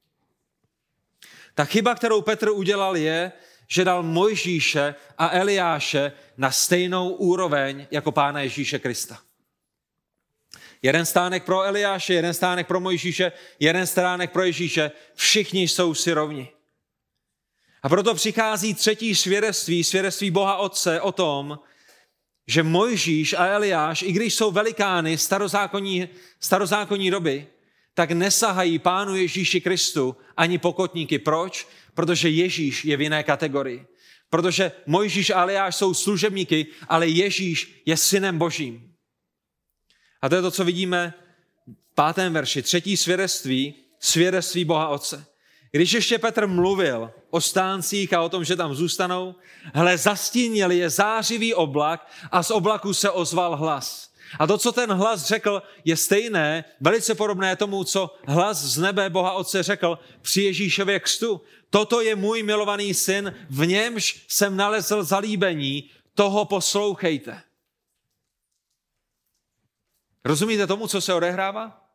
Ta chyba, kterou Petr udělal, je, že dal Mojžíše a Eliáše na stejnou úroveň jako Pána Ježíše Krista. Jeden stánek pro Eliáše, jeden stánek pro Mojžíše, jeden stánek pro Ježíše. Všichni jsou si rovni. A proto přichází třetí svědectví Boha Otce o tom, že Mojžíš a Eliáš, i když jsou velikány starozákonní doby, tak nesahají Pánu Ježíši Kristu ani pokotníky. Proč? Protože Ježíš je v jiné kategorii. Protože Mojžíš a Eliáš jsou služebníky, ale Ježíš je synem Božím. A to je to, co vidíme v 5. verši. Třetí svědectví Boha Otce. Když ještě Petr mluvil o stáncích a o tom, že tam zůstanou, hle, zastínil je zářivý oblak a z oblaku se ozval hlas. A to, co ten hlas řekl, je stejné, velice podobné tomu, co hlas z nebe Boha Otce řekl při Ježíšově křtu. Toto je můj milovaný syn, v němž jsem nalezl zalíbení, toho poslouchejte. Rozumíte tomu, co se odehrává?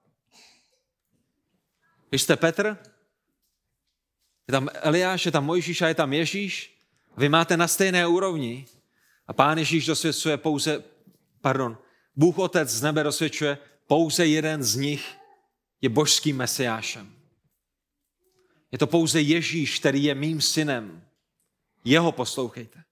Když jste Petr, je tam Eliáš, je tam Mojžíš a je tam Ježíš, vy máte na stejné úrovni a Pán Ježíš dosvědčuje Bůh Otec z nebe dosvědčuje, pouze jeden z nich je božským mesiášem. Je to pouze Ježíš, který je mým synem. Jeho poslouchejte.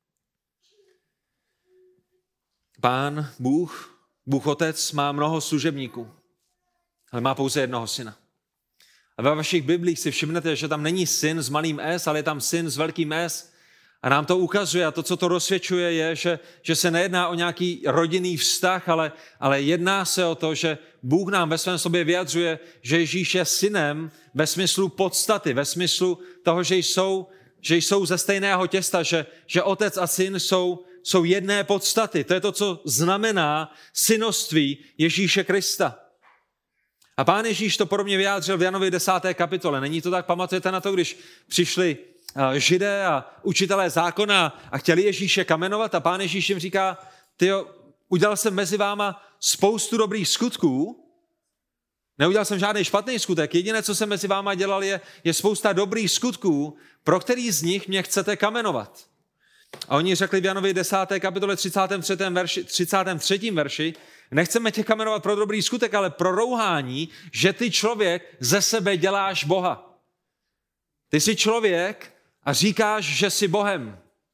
Bůh Otec má mnoho služebníků, ale má pouze jednoho syna. A ve vašich biblích si všimnete, že tam není syn s malým S, ale je tam syn s velkým S A nám to ukazuje a to, co to rozsvědčuje, je, že se nejedná o nějaký rodinný vztah, ale jedná se o to, že Bůh nám ve svém sobě vyjadřuje, že Ježíš je synem ve smyslu podstaty, ve smyslu toho, že jsou ze stejného těsta, že otec a syn jsou jedné podstaty. To je to, co znamená synoství Ježíše Krista. A Pán Ježíš to podobně vyjádřil v Janově 10. kapitole. Není to tak? Pamatujete na to, když přišli Židé a učitelé zákona a chtěli Ježíše kamenovat a Pán Ježíš jim říká, tyjo, udělal jsem mezi váma spoustu dobrých skutků, neudělal jsem žádný špatný skutek, jediné, co jsem mezi váma dělal, je spousta dobrých skutků, pro který z nich mě chcete kamenovat. A oni řekli v Janově 10. kapitole 33. verši, nechceme tě kamenovat pro dobrý skutek, ale pro rouhání, že ty člověk ze sebe děláš Boha. Ty jsi člověk a říkáš, že jsi Bohem.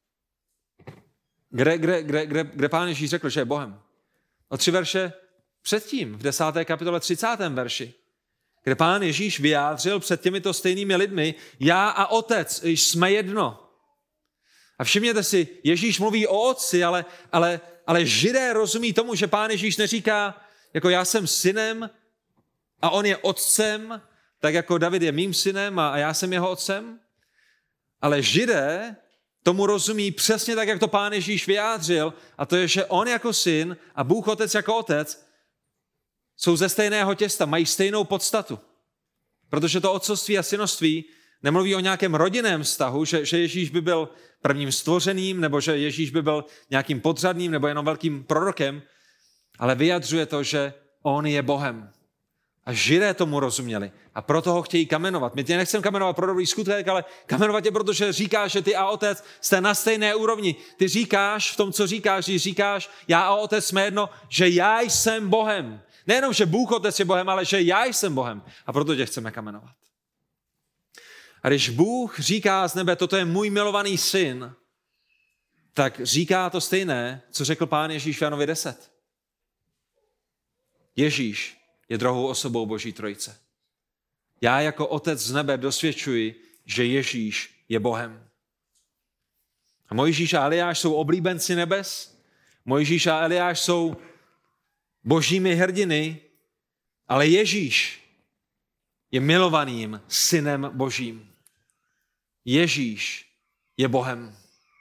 Kde Pán Ježíš řekl, že je Bohem? O 3 verše předtím, v 10. kapitole 30. verši, kde Pán Ježíš vyjádřil před těmito stejnými lidmi, já a otec jsme jedno. A všimněte si, Ježíš mluví o otci, ale Židé rozumí tomu, že Pán Ježíš neříká, jako já jsem synem a on je otcem, tak jako David je mým synem a já jsem jeho otcem. Ale Židé tomu rozumí přesně tak, jak to Pán Ježíš vyjádřil, a to je, že on jako syn a Bůh otec jako otec jsou ze stejného těsta, mají stejnou podstatu. Protože to otcovství a synoství nemluví o nějakém rodinném vztahu, že Ježíš by byl prvním stvořeným, nebo že Ježíš by byl nějakým podřadným, nebo jenom velkým prorokem, ale vyjadřuje to, že on je Bohem. A Židé tomu rozuměli a proto ho chtějí kamenovat. My tě nechceme kamenovat pro dobrý skutek, ale kamenovat tě, protože říkáš, že ty a otec jste na stejné úrovni. Ty říkáš v tom, co říkáš, když říkáš, já a otec jsme jedno, že já jsem Bohem. Nejenom, že Bůh otec je Bohem, ale že já jsem Bohem. A proto tě chceme kamenovat. A když Bůh říká z nebe, toto je můj milovaný syn, tak říká to stejné, co řekl Pán Ježíš v Janově 10. Ježíš je druhou osobou Boží trojice. Já jako otec z nebe dosvědčuji, že Ježíš je Bohem. A Mojžíš a Eliáš jsou oblíbenci nebes, Mojžíš a Eliáš jsou božími hrdiny, ale Ježíš je milovaným synem Božím. Ježíš je Bohem.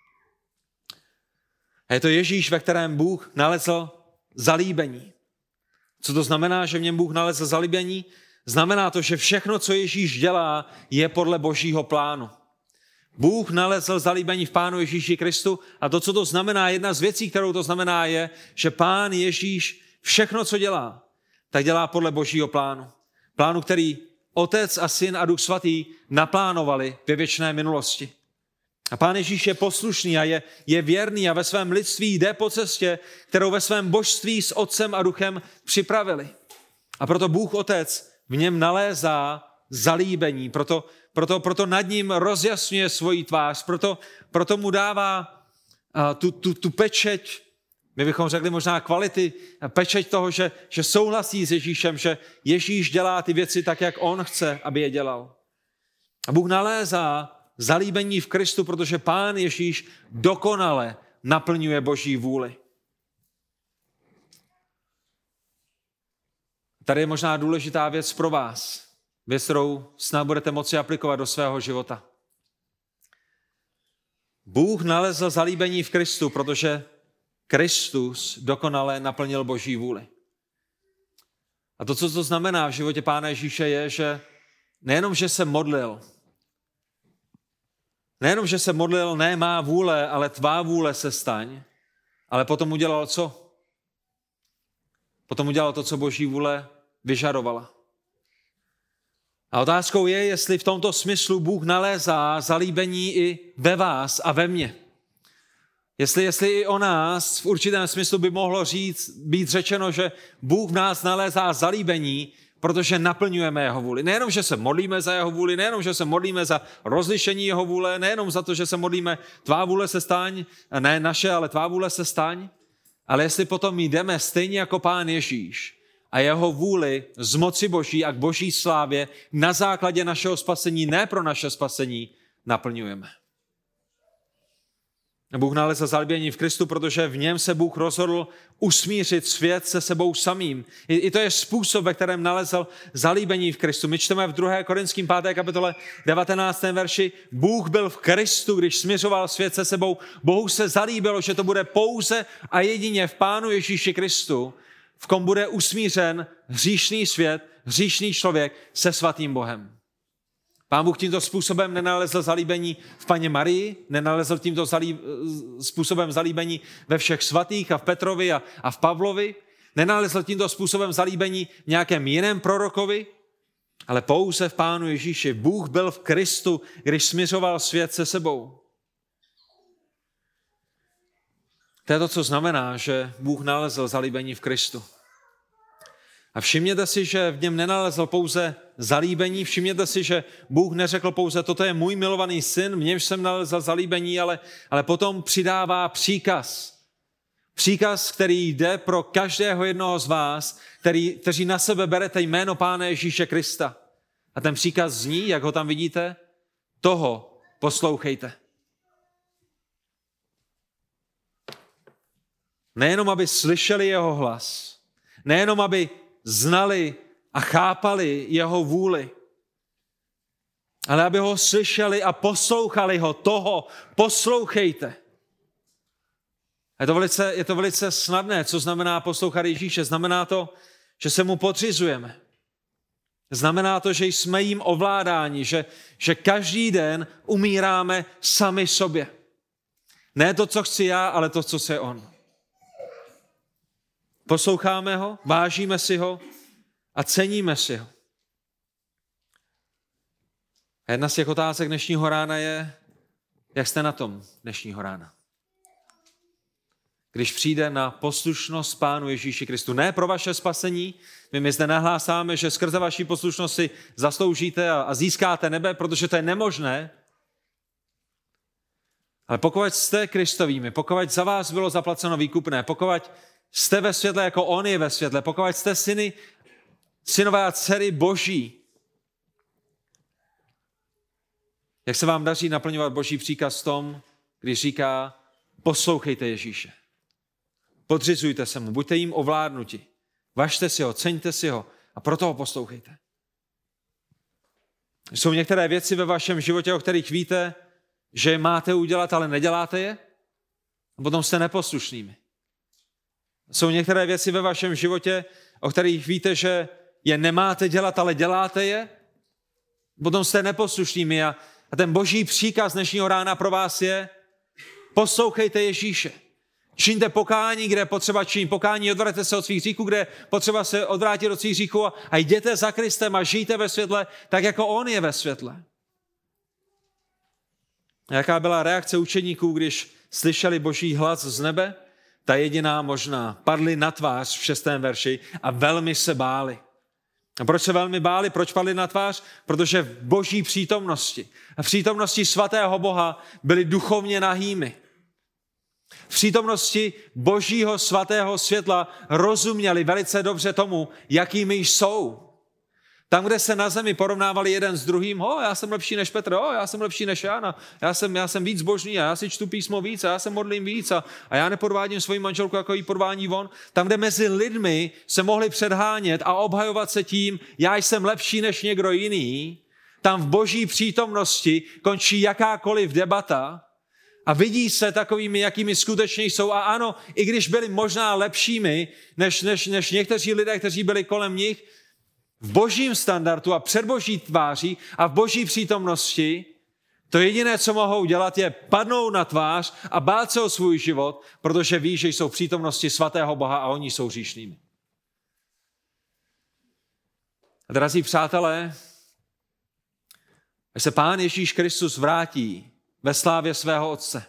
A je to Ježíš, ve kterém Bůh nalezl zalíbení. Co to znamená, že v něm Bůh nalezl zalíbení? Znamená to, že všechno, co Ježíš dělá, je podle Božího plánu. Bůh nalezl zalíbení v Pánu Ježíši Kristu a to, co to znamená, jedna z věcí, kterou to znamená, je, že Pán Ježíš všechno, co dělá, tak dělá podle Božího plánu. Plánu, který Otec a Syn a Duch Svatý naplánovali ve věčné minulosti. A Pán Ježíš je poslušný a je věrný a ve svém lidství jde po cestě, kterou ve svém božství s Otcem a Duchem připravili. A proto Bůh Otec v něm nalézá zalíbení, proto nad ním rozjasňuje svoji tvář, proto mu dává tu pečeť, my bychom řekli možná kvality, pečeť toho, že souhlasí s Ježíšem, že Ježíš dělá ty věci tak, jak on chce, aby je dělal. A Bůh nalézá zalíbení v Kristu, protože Pán Ježíš dokonale naplňuje Boží vůli. Tady je možná důležitá věc pro vás, věc, kterou snad budete moci aplikovat do svého života. Bůh nalezl zalíbení v Kristu, protože Kristus dokonale naplnil Boží vůli. A to, co to znamená v životě Pána Ježíše, je, že nejenom, že se modlil, ne má vůle, ale tvá vůle se staň, ale potom udělal co? Potom udělal to, co Boží vůle vyžadovala. A otázkou je, jestli v tomto smyslu Bůh nalézá zalíbení i ve vás a ve mně. Jestli i o nás v určitém smyslu by mohlo být řečeno, že Bůh v nás nalézá zalíbení, protože naplňujeme jeho vůli. Nejenom, že se modlíme za jeho vůli, nejenom, že se modlíme za rozlišení jeho vůle, nejenom za to, že se modlíme tvá vůle se staň, ne naše, ale tvá vůle se staň, ale jestli potom jdeme stejně jako Pán Ježíš a jeho vůli z moci Boží a k Boží slávě na základě našeho spasení, ne pro naše spasení, naplňujeme. Bůh nalezl zalíbení v Kristu, protože v něm se Bůh rozhodl usmířit svět se sebou samým. I to je způsob, ve kterém nalezl zalíbení v Kristu. My čteme v 2. Korinským 5. kapitole 19. verši: Bůh byl v Kristu, když smiřoval svět se sebou. Bohu se zalíbilo, že to bude pouze a jedině v Pánu Ježíši Kristu, v kom bude usmířen hříšný svět, hříšný člověk se svatým Bohem. Pán Bůh tímto způsobem nenalezl zalíbení v Panně Marii, nenalezl tímto způsobem zalíbení ve všech svatých a v Petrovi a v Pavlovi, nenalezl tímto způsobem zalíbení v nějakém jiném prorokovi, ale pouze v Pánu Ježíši. Bůh byl v Kristu, když smiřoval svět se sebou. To je to, co znamená, že Bůh nalezl zalíbení v Kristu. A všimněte si, že v něm nenalezl pouze zalíbení, všimněte si, že Bůh neřekl pouze, toto je můj milovaný syn, v němž jsem nalezl zalíbení, ale potom přidává příkaz. Příkaz, který jde pro každého jednoho z vás, kteří na sebe berete jméno Pána Ježíše Krista. A ten příkaz zní, jak ho tam vidíte, toho poslouchejte. Nejenom, aby slyšeli jeho hlas, nejenom, aby znali a chápali jeho vůli, ale aby ho slyšeli a poslouchali ho, toho poslouchejte. Je to velice snadné, co znamená poslouchat Ježíše. Znamená to, že se mu podřizujeme. Znamená to, že jsme jím ovládáni, že každý den umíráme sami sobě. Ne to, co chci já, ale to, co chce on. Posloucháme ho, vážíme si ho a ceníme si ho. A jedna z těch otázek dnešního rána je, jak jste na tom dnešního rána. Když přijde na poslušnost Pánu Ježíši Kristu. Ne pro vaše spasení, my zde nahlásáme, že skrze vaši poslušnost si zasloužíte a získáte nebe, protože to je nemožné. Ale pokud jste Kristovými, pokud za vás bylo zaplaceno výkupné, pokud jste ve světle, jako on je ve světle, pokud jste synové a dcery Boží, jak se vám daří naplňovat Boží příkaz v tom, když říká, poslouchejte Ježíše. Podřizujte se mu, buďte jim ovládnuti. Važte si ho, ceňte si ho a proto ho poslouchejte. Jsou některé věci ve vašem životě, o kterých víte, že je máte udělat, ale neděláte je? A potom jste neposlušnými. Jsou některé věci ve vašem životě, o kterých víte, že je nemáte dělat, ale děláte je? Potom jste neposlušnými a ten Boží příkaz dnešního rána pro vás je, poslouchejte Ježíše. Čiňte pokání, kde je potřeba činit pokání, odvraťte se od svých hříchů, kde je potřeba se odvrátit od svých hříchů a jděte za Kristem a žijte ve světle, tak jako on je ve světle. A jaká byla reakce učeníků, když slyšeli Boží hlas z nebe? Ta jediná možná. Padli na tvář v 6. verši a velmi se báli. A proč se velmi báli? Proč padli na tvář? Protože v Boží přítomnosti a v přítomnosti svatého Boha byli duchovně nahými. V přítomnosti Božího svatého světla rozuměli velice dobře tomu, jakými jsou. Tam, kde se na zemi porovnávali jeden s druhým, já jsem lepší než Petr, já jsem lepší než Jana, já jsem víc božný a já si čtu písmo víc a já se modlím víc a já nepodvádím svoji manželku, jako jí podvádí on. Tam, kde mezi lidmi se mohli předhánět a obhajovat se tím, já jsem lepší než někdo jiný, tam v Boží přítomnosti končí jakákoliv debata a vidí se takovými, jakými skutečně jsou. A ano, i když byli možná lepšími než někteří lidé, kteří byli kolem nich, v Božím standardu a před Boží tváří a v Boží přítomnosti, to jediné, co mohou dělat, je padnout na tvář a bát se o svůj život, protože ví, že jsou v přítomnosti svatého Boha a oni jsou hříšnými. A drazí přátelé, až se Pán Ježíš Kristus vrátí ve slávě svého Otce,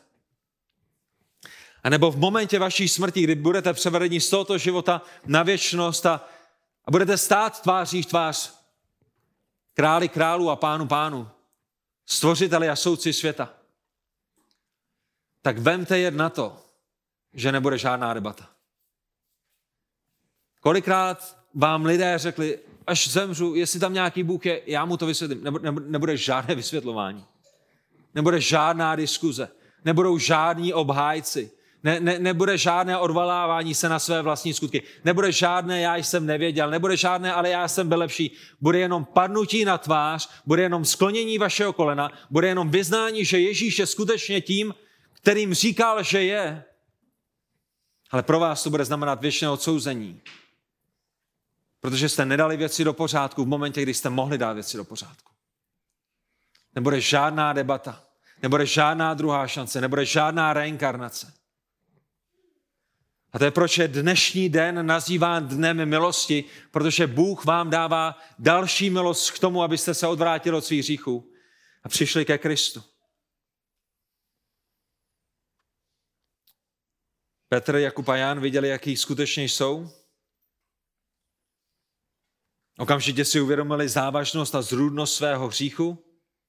a nebo v momentě vaší smrti, kdy budete převedeni z tohoto života na věčnost a budete stát tváří v tvář králi králů a pánu pánů, stvořiteli a soudci světa, tak vemte jed na to, že nebude žádná debata. Kolikrát vám lidé řekli, až zemřu, jestli tam nějaký Bůh je, já mu to vysvětlím. Nebude žádné vysvětlování. Nebude žádná diskuze. nebudou žádní obhájci, nebude žádné odvolávání se na své vlastní skutky, nebude žádné já jsem nevěděl, nebude žádné ale já jsem byl lepší, bude jenom padnutí na tvář, bude jenom sklonění vašeho kolena, bude jenom vyznání, že Ježíš je skutečně tím, kterým říkal, že je. Ale pro vás to bude znamenat věčné odsouzení. Protože jste nedali věci do pořádku v momentě, kdy jste mohli dát věci do pořádku. Nebude žádná debata, nebude žádná druhá šance, nebude žádná reinkarnace. A to je proč je dnešní den nazýván dnem milosti, protože Bůh vám dává další milost k tomu, abyste se odvrátili od svých hříchů a přišli ke Kristu. Petr, Jakub a Jan viděli, jaký skutečně jsou. Okamžitě si uvědomili závažnost a zrůdnost svého hříchu.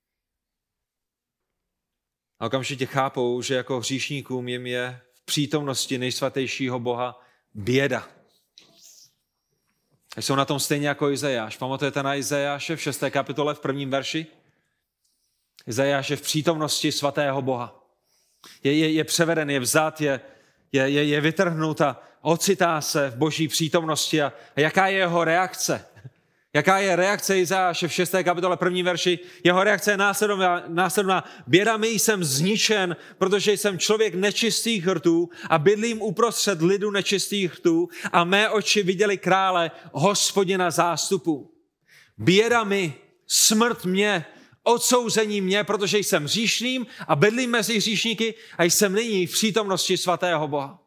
A okamžitě chápou, že jako hříšníkům jim je v přítomnosti nejsvatejšího Boha běda. A jsou na tom stejně jako Izajáš. Pamatujete na Izajáše v 6. kapitole v 1. verši? Izajáš je v přítomnosti svatého Boha. Je převeden, je vzat, je vytrhnut a ocitá se v boží přítomnosti. A jaká je jeho reakce? Jaká je reakce Izajáše v 6. kapitole 1. verši? Jeho reakce je následovná. Bědami jsem zničen, protože jsem člověk nečistých rtů a bydlím uprostřed lidu nečistých rtů a mé oči viděli krále, Hospodina zástupu. Bědami, smrt mě, odsouzení mě, protože jsem hříšným a bydlím mezi hříšníky a jsem nyní v přítomnosti svatého Boha.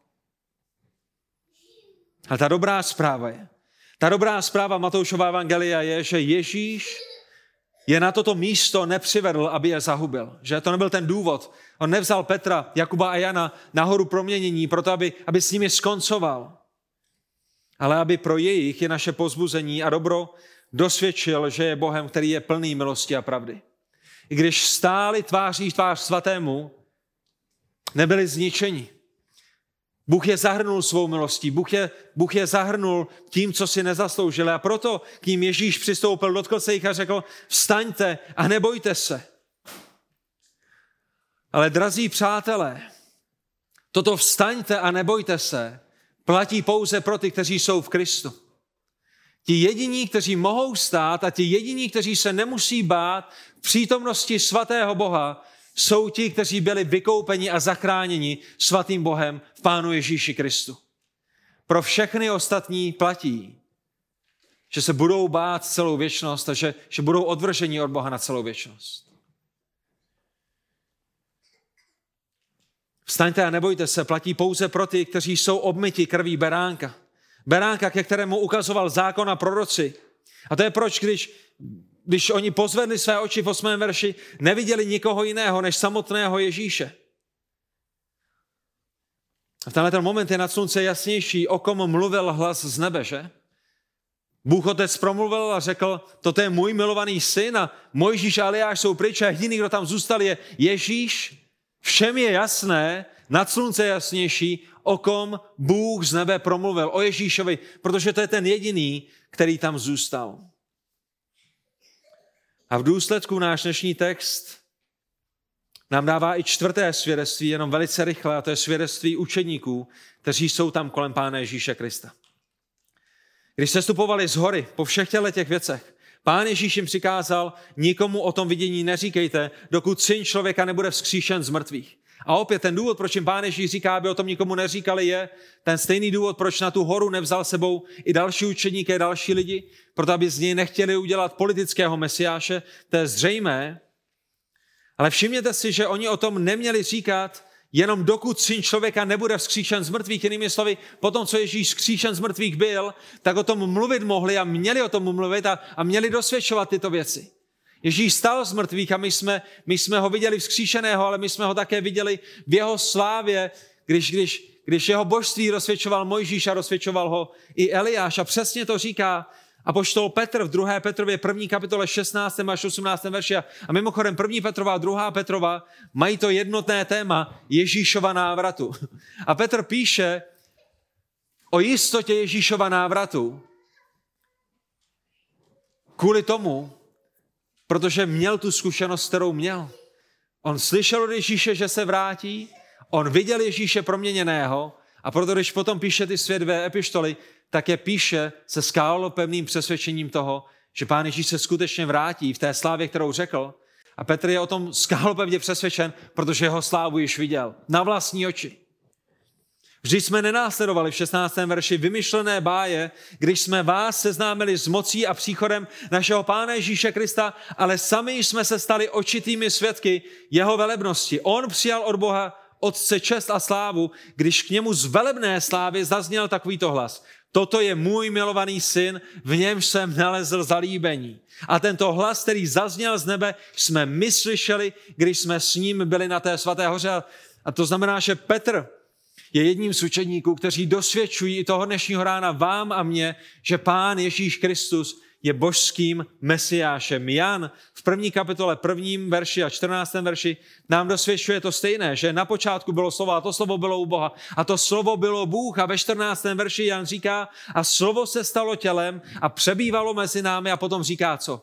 A ta dobrá zpráva Matoušova evangelia je, že Ježíš je na toto místo nepřivedl, aby je zahubil. Že to nebyl ten důvod. On nevzal Petra, Jakuba a Jana na horu proměnění, proto aby s nimi skoncoval. Ale aby pro jejich je naše povzbuzení a dobro dosvědčil, že je Bohem, který je plný milosti a pravdy. I když stáli tváří v tvář svatému, nebyli zničeni. Bůh je zahrnul svou milostí, Bůh je zahrnul tím, co si nezasloužili. A proto k ním Ježíš přistoupil, dotkl se jich a řekl, vstaňte a nebojte se. Ale drazí přátelé, toto vstaňte a nebojte se platí pouze pro ty, kteří jsou v Kristu. Ti jediní, kteří mohou stát a ti jediní, kteří se nemusí bát v přítomnosti svatého Boha, jsou ti, kteří byli vykoupeni a zachráněni svatým Bohem v Pánu Ježíši Kristu. Pro všechny ostatní platí, že se budou bát celou věčnost a že budou odvrženi od Boha na celou věčnost. Vstaňte a nebojte se, platí pouze pro ty, kteří jsou obmyti krví beránka. Beránka, ke kterému ukazoval zákon a proroci. A to je proč, když oni pozvedli své oči v 8. verši, neviděli nikoho jiného než samotného Ježíše. A v tenhle moment je nad slunce jasnější, o kom mluvil hlas z nebe, že? Bůh Otec promluvil a řekl, toto je můj milovaný syn a Mojžíš a Eliáš jsou pryč a jediný, kdo tam zůstal, je Ježíš. Všem je jasné, nad slunce jasnější, o kom Bůh z nebe promluvil, o Ježíšovi, protože to je ten jediný, který tam zůstal. A v důsledku náš dnešní text nám dává i 4. svědectví, jenom velice rychle, a to je svědectví učedníků, kteří jsou tam kolem Pána Ježíše Krista. Když sestupovali z hory po všech těch věcech, Pán Ježíš jim přikázal, nikomu o tom vidění neříkejte, dokud syn člověka nebude vzkříšen z mrtvých. A opět ten důvod, proč jim Pán Ježíš říká, aby o tom nikomu neříkali, je ten stejný důvod, proč na tu horu nevzal sebou i další učedníky, další lidi, proto aby z něj nechtěli udělat politického mesiáše, to je zřejmé. Ale všimněte si, že oni o tom neměli říkat, jenom dokud syn člověka nebude vzkříšen z mrtvých. Jinými slovy, potom, co Ježíš vzkříšen z mrtvých byl, tak o tom mluvit mohli a měli o tom mluvit a měli dosvědčovat tyto věci. Ježíš stal z mrtvých a my jsme ho viděli vzkříšeného, ale my jsme ho také viděli v jeho slávě, když jeho božství rozsvědčoval Mojžíš a rozsvědčoval ho i Eliáš. A přesně to říká apoštol Petr v 2. Petrově 1. kapitole 16. až 18. verši. A mimochodem 1. Petrova a 2. Petrova mají to jednotné téma Ježíšova návratu. A Petr píše o jistotě Ježíšova návratu kvůli tomu, protože měl tu zkušenost, kterou měl. On slyšel od Ježíše, že se vrátí, on viděl Ježíše proměněného a proto, když potom píše ty své 2 epištoly, tak je píše se skálopevným přesvědčením toho, že Pán Ježíš se skutečně vrátí v té slávě, kterou řekl. A Petr je o tom skálopevně přesvědčen, protože jeho slávu již viděl na vlastní oči. Vždyť jsme nenásledovali v 16. verši vymyšlené báje, když jsme vás seznámili s mocí a příchodem našeho Pána Ježíše Krista, ale sami jsme se stali očitými svědky jeho velebnosti. On přijal od Boha Otce čest a slávu, když k němu z velebné slávy zazněl takovýto hlas. Toto je můj milovaný syn, v němž jsem nalezl zalíbení. A tento hlas, který zazněl z nebe, jsme my slyšeli, když jsme s ním byli na té svaté hoře. A to znamená, že Petr je jedním z učedníků, kteří dosvědčují i toho dnešního rána vám a mně, že Pán Ježíš Kristus je božským mesiášem. Jan v 1. kapitole 1. verši a 14. verši nám dosvědčuje to stejné, že na počátku bylo slovo a to slovo bylo u Boha a to slovo bylo Bůh a ve 14. verši Jan říká a slovo se stalo tělem a přebývalo mezi námi a potom říká co?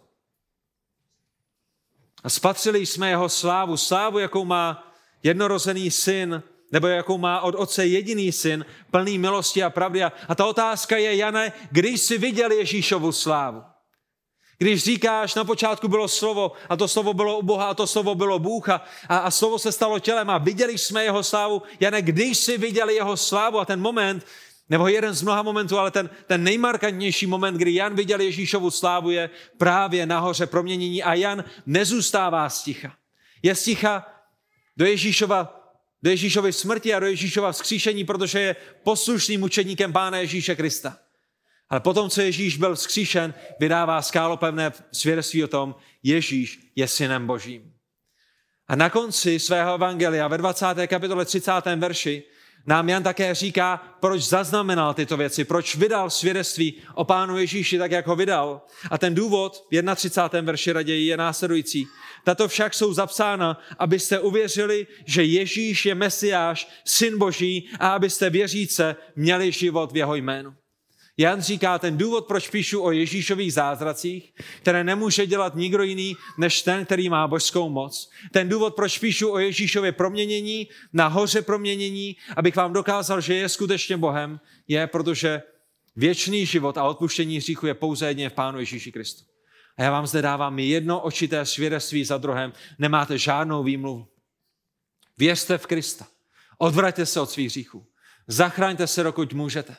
A spatřili jsme jeho slávu, jakou má jednorozený syn, nebo jakou má od Otce jediný syn, plný milosti a pravdy. A ta otázka je, Jane, když jsi viděl Ježíšovu slávu? Když říkáš, na počátku bylo slovo a to slovo bylo u Boha a to slovo bylo Bůh a slovo se stalo tělem a viděli jsme jeho slávu. Jane, když jsi viděl jeho slávu a ten moment, nebo jeden z mnoha momentů, ale ten nejmarkantnější moment, kdy Jan viděl Ježíšovu slávu, je právě nahoře proměnění a Jan nezůstává sticha. Je sticha do Ježíšovy smrti a do Ježíšova vzkříšení, protože je poslušným učedníkem Pána Ježíše Krista. Ale potom, co Ježíš byl vzkříšen, vydává skálopevné svědectví o tom, Ježíš je synem Božím. A na konci svého evangelia ve 20. kapitole 30. verši nám Jan také říká, proč zaznamenal tyto věci, proč vydal svědectví o Pánu Ježíši tak, jak ho vydal. A ten důvod v 31. verši raději je následující. Tato však jsou zapsána, abyste uvěřili, že Ježíš je Mesiáš, Syn Boží a abyste věříce měli život v jeho jménu. Jan říká, ten důvod, proč píšu o Ježíšových zázracích, které nemůže dělat nikdo jiný, než ten, který má božskou moc. Ten důvod, proč píšu o Ježíšově proměnění, na hoře proměnění, abych vám dokázal, že je skutečně Bohem, je, protože věčný život a odpuštění hříchu je pouze jedině v Pánu Ježíši Kristu. A já vám zde dávám jedno očité svědectví za druhém. Nemáte žádnou výmluvu. Věřte v Krista. Odvraťte se od svých hříchů. Zachraňte se, dokud můžete.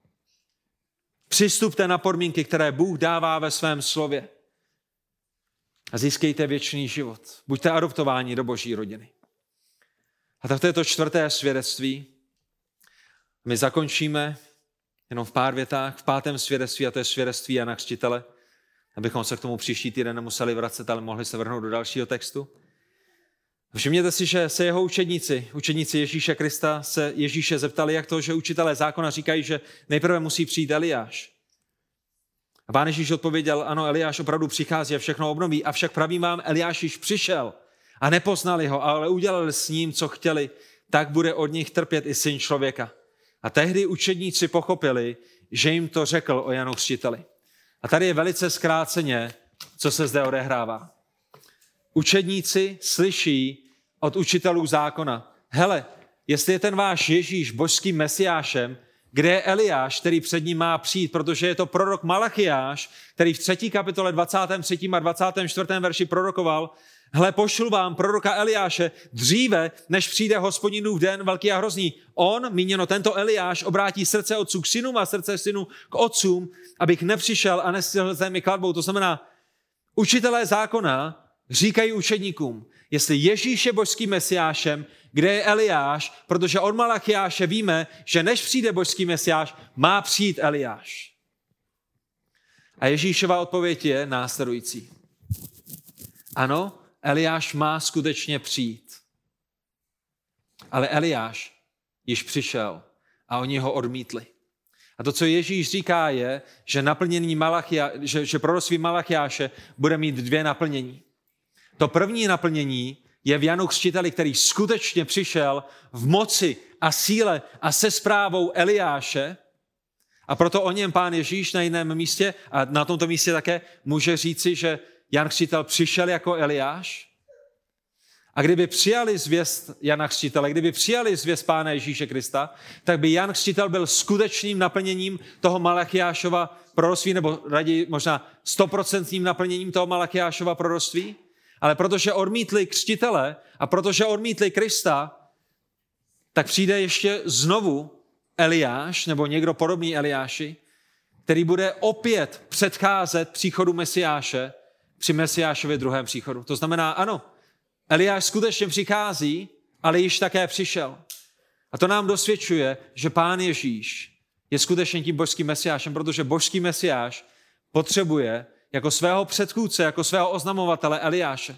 Přistupte na podmínky, které Bůh dává ve svém slově. A získejte věčný život. Buďte adoptováni do Boží rodiny. A tak to je to 4. svědectví. My zakončíme jenom v pár větách, v 5. svědectví, a to je svědectví Jana Křtitele, abychom se k tomu příští týden nemuseli vracet, ale mohli se vrhnout do dalšího textu. Všimněte si, že se jeho učedníci Ježíše Krista, se Ježíše zeptali, jak to, že učitelé zákona říkají, že nejprve musí přijít Eliáš. A Pán Ježíš odpověděl, ano, Eliáš opravdu přichází a všechno obnoví, avšak pravím vám, Eliáš již přišel a nepoznali ho, ale udělali s ním, co chtěli, tak bude od nich trpět i Syn člověka. A tehdy učedníci pochopili, že jim to řekl o Janu Křtiteli. A tady je velice zkráceně, co se zde odehrává. Učedníci slyší od učitelů zákona, hele, jestli je ten váš Ježíš božským mesiášem, kde je Eliáš, který před ním má přijít, protože je to prorok Malachiáš, který v 3. kapitole 23. a 24. verši prorokoval, hle, pošlu vám proroka Eliáše dříve, než přijde Hospodinův den velký a hrozný. On, míněno tento Eliáš, obrátí srdce otců k synům a srdce synů k otcům, abych nepřišel a nestihl zemi kladbou. To znamená, učitelé zákona říkají učedníkům, jestli Ježíš je božským mesiášem, kde je Eliáš, protože od Malachiáše víme, že než přijde božský mesiáš, má přijít Eliáš. A Ježíšova odpověď je následující. Ano, Eliáš má skutečně přijít. Ale Eliáš již přišel a oni ho odmítli. A to, co Ježíš říká, je, že naplnění že proroctví Malachiáše bude mít 2 naplnění. To první naplnění je v Janu Křtiteli, který skutečně přišel v moci a síle a se správou Eliáše. A proto o něm Pán Ježíš na jiném místě a na tomto místě také může říci, že Jan Křtitel přišel jako Eliáš. A kdyby přijali zvěst Jana Křtitele, kdyby přijali zvěst Pána Ježíše Krista, tak by Jan Křtitel byl skutečným naplněním toho Malachiášova proroctví, nebo raději možná 100% naplněním toho Malachiášova proroctví. Ale protože odmítli křtitele a protože odmítli Krista, tak přijde ještě znovu Eliáš, nebo někdo podobný Eliáši, který bude opět předcházet příchodu Mesiáše při Mesiášově druhém příchodu. To znamená, ano, Eliáš skutečně přichází, ale již také přišel. A to nám dosvědčuje, že Pán Ježíš je skutečně tím božským Mesiášem, protože božský Mesiáš potřebuje jako svého předchůdce, jako svého oznamovatele Eliáše.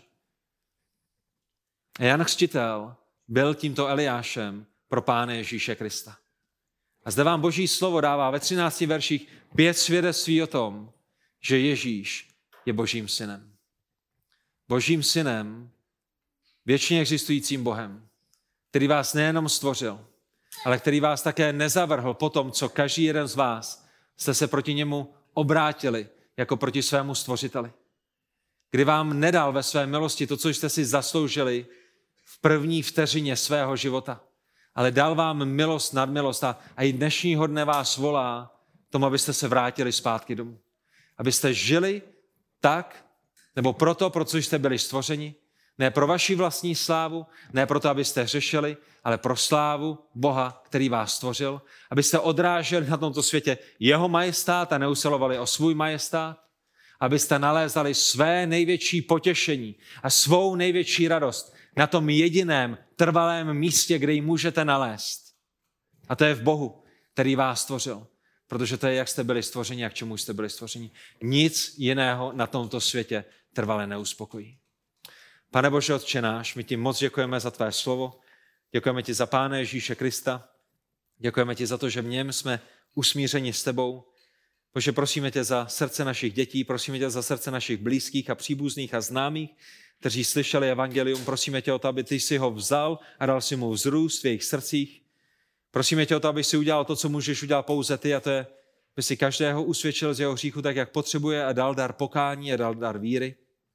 A Jan Křtitel byl tímto Eliášem pro Pána Ježíše Krista. A zde vám Boží slovo dává ve 13 verších 5 svědectví o tom, že Ježíš je Božím synem. Božím synem, věčně existujícím Bohem, který vás nejenom stvořil, ale který vás také nezavrhl po tom, co každý jeden z vás jste se proti němu obrátili jako proti svému stvořiteli. Kdy vám nedal ve své milosti to, co jste si zasloužili v první vteřině svého života, ale dal vám milost nad milost a i dnešního dne vás volá tomu, abyste se vrátili zpátky domů. Abyste žili tak, nebo proto, pro co jste byli stvořeni, ne pro vaši vlastní slávu, ne proto, abyste hřešili, ale pro slávu Boha, který vás stvořil, abyste odráželi na tomto světě jeho majestát a neusilovali o svůj majestát, abyste nalézali své největší potěšení a svou největší radost na tom jediném trvalém místě, kde ji můžete nalézt. A to je v Bohu, který vás stvořil, protože to je, jak jste byli stvořeni a k čemu jste byli stvořeni. Nic jiného na tomto světě trvale neuspokojí. Pane Bože, Otče náš, my ti moc děkujeme za tvé slovo, děkujeme ti za Pána Ježíše Krista, děkujeme ti za to, že v něm jsme usmířeni s tebou. Bože, prosíme tě za srdce našich dětí, prosíme tě za srdce našich blízkých a příbuzných a známých, kteří slyšeli evangelium. Prosíme tě o to, aby ty si ho vzal a dal si mu vzrůst v jejich srdcích. Prosíme tě o to, aby si udělal to, co můžeš udělat pouze ty, a to je, aby si každého usvědčil z jeho hříchu tak, jak potřebuje, a dal dar pokání a dal dar víry.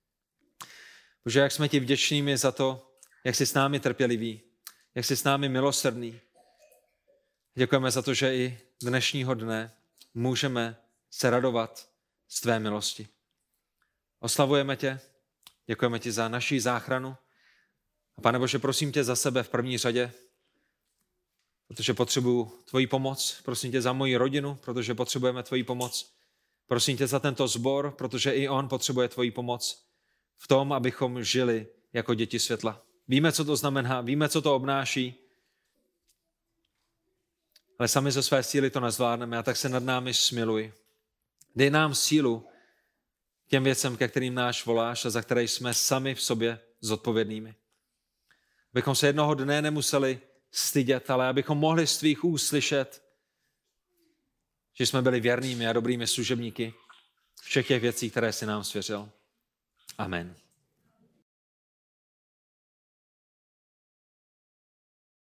Bože, jak jsme ti vděčnými za to, jak jsi s námi trpělivý, jak jsi s námi milosrdný. Děkujeme za to, že i dnešního dne můžeme se radovat z tvé milosti. Oslavujeme tě, děkujeme ti za naši záchranu. A Pane Bože, prosím tě za sebe v první řadě, protože potřebuju tvoji pomoc. Prosím tě za moji rodinu, protože potřebujeme tvoji pomoc. Prosím tě za tento sbor, protože i on potřebuje tvoji pomoc v tom, abychom žili jako děti světla. Víme, co to znamená, víme, co to obnáší, ale sami ze své síly to nezvládneme, a tak se nad námi smiluj. Dej nám sílu těm věcem, ke kterým náš voláš a za které jsme sami v sobě zodpovědnými. Abychom se jednoho dne nemuseli stydět, ale abychom mohli z tvých úst slyšet, že jsme byli věrnými a dobrými služebníky všech těch věcí, které jsi nám svěřil. Amen.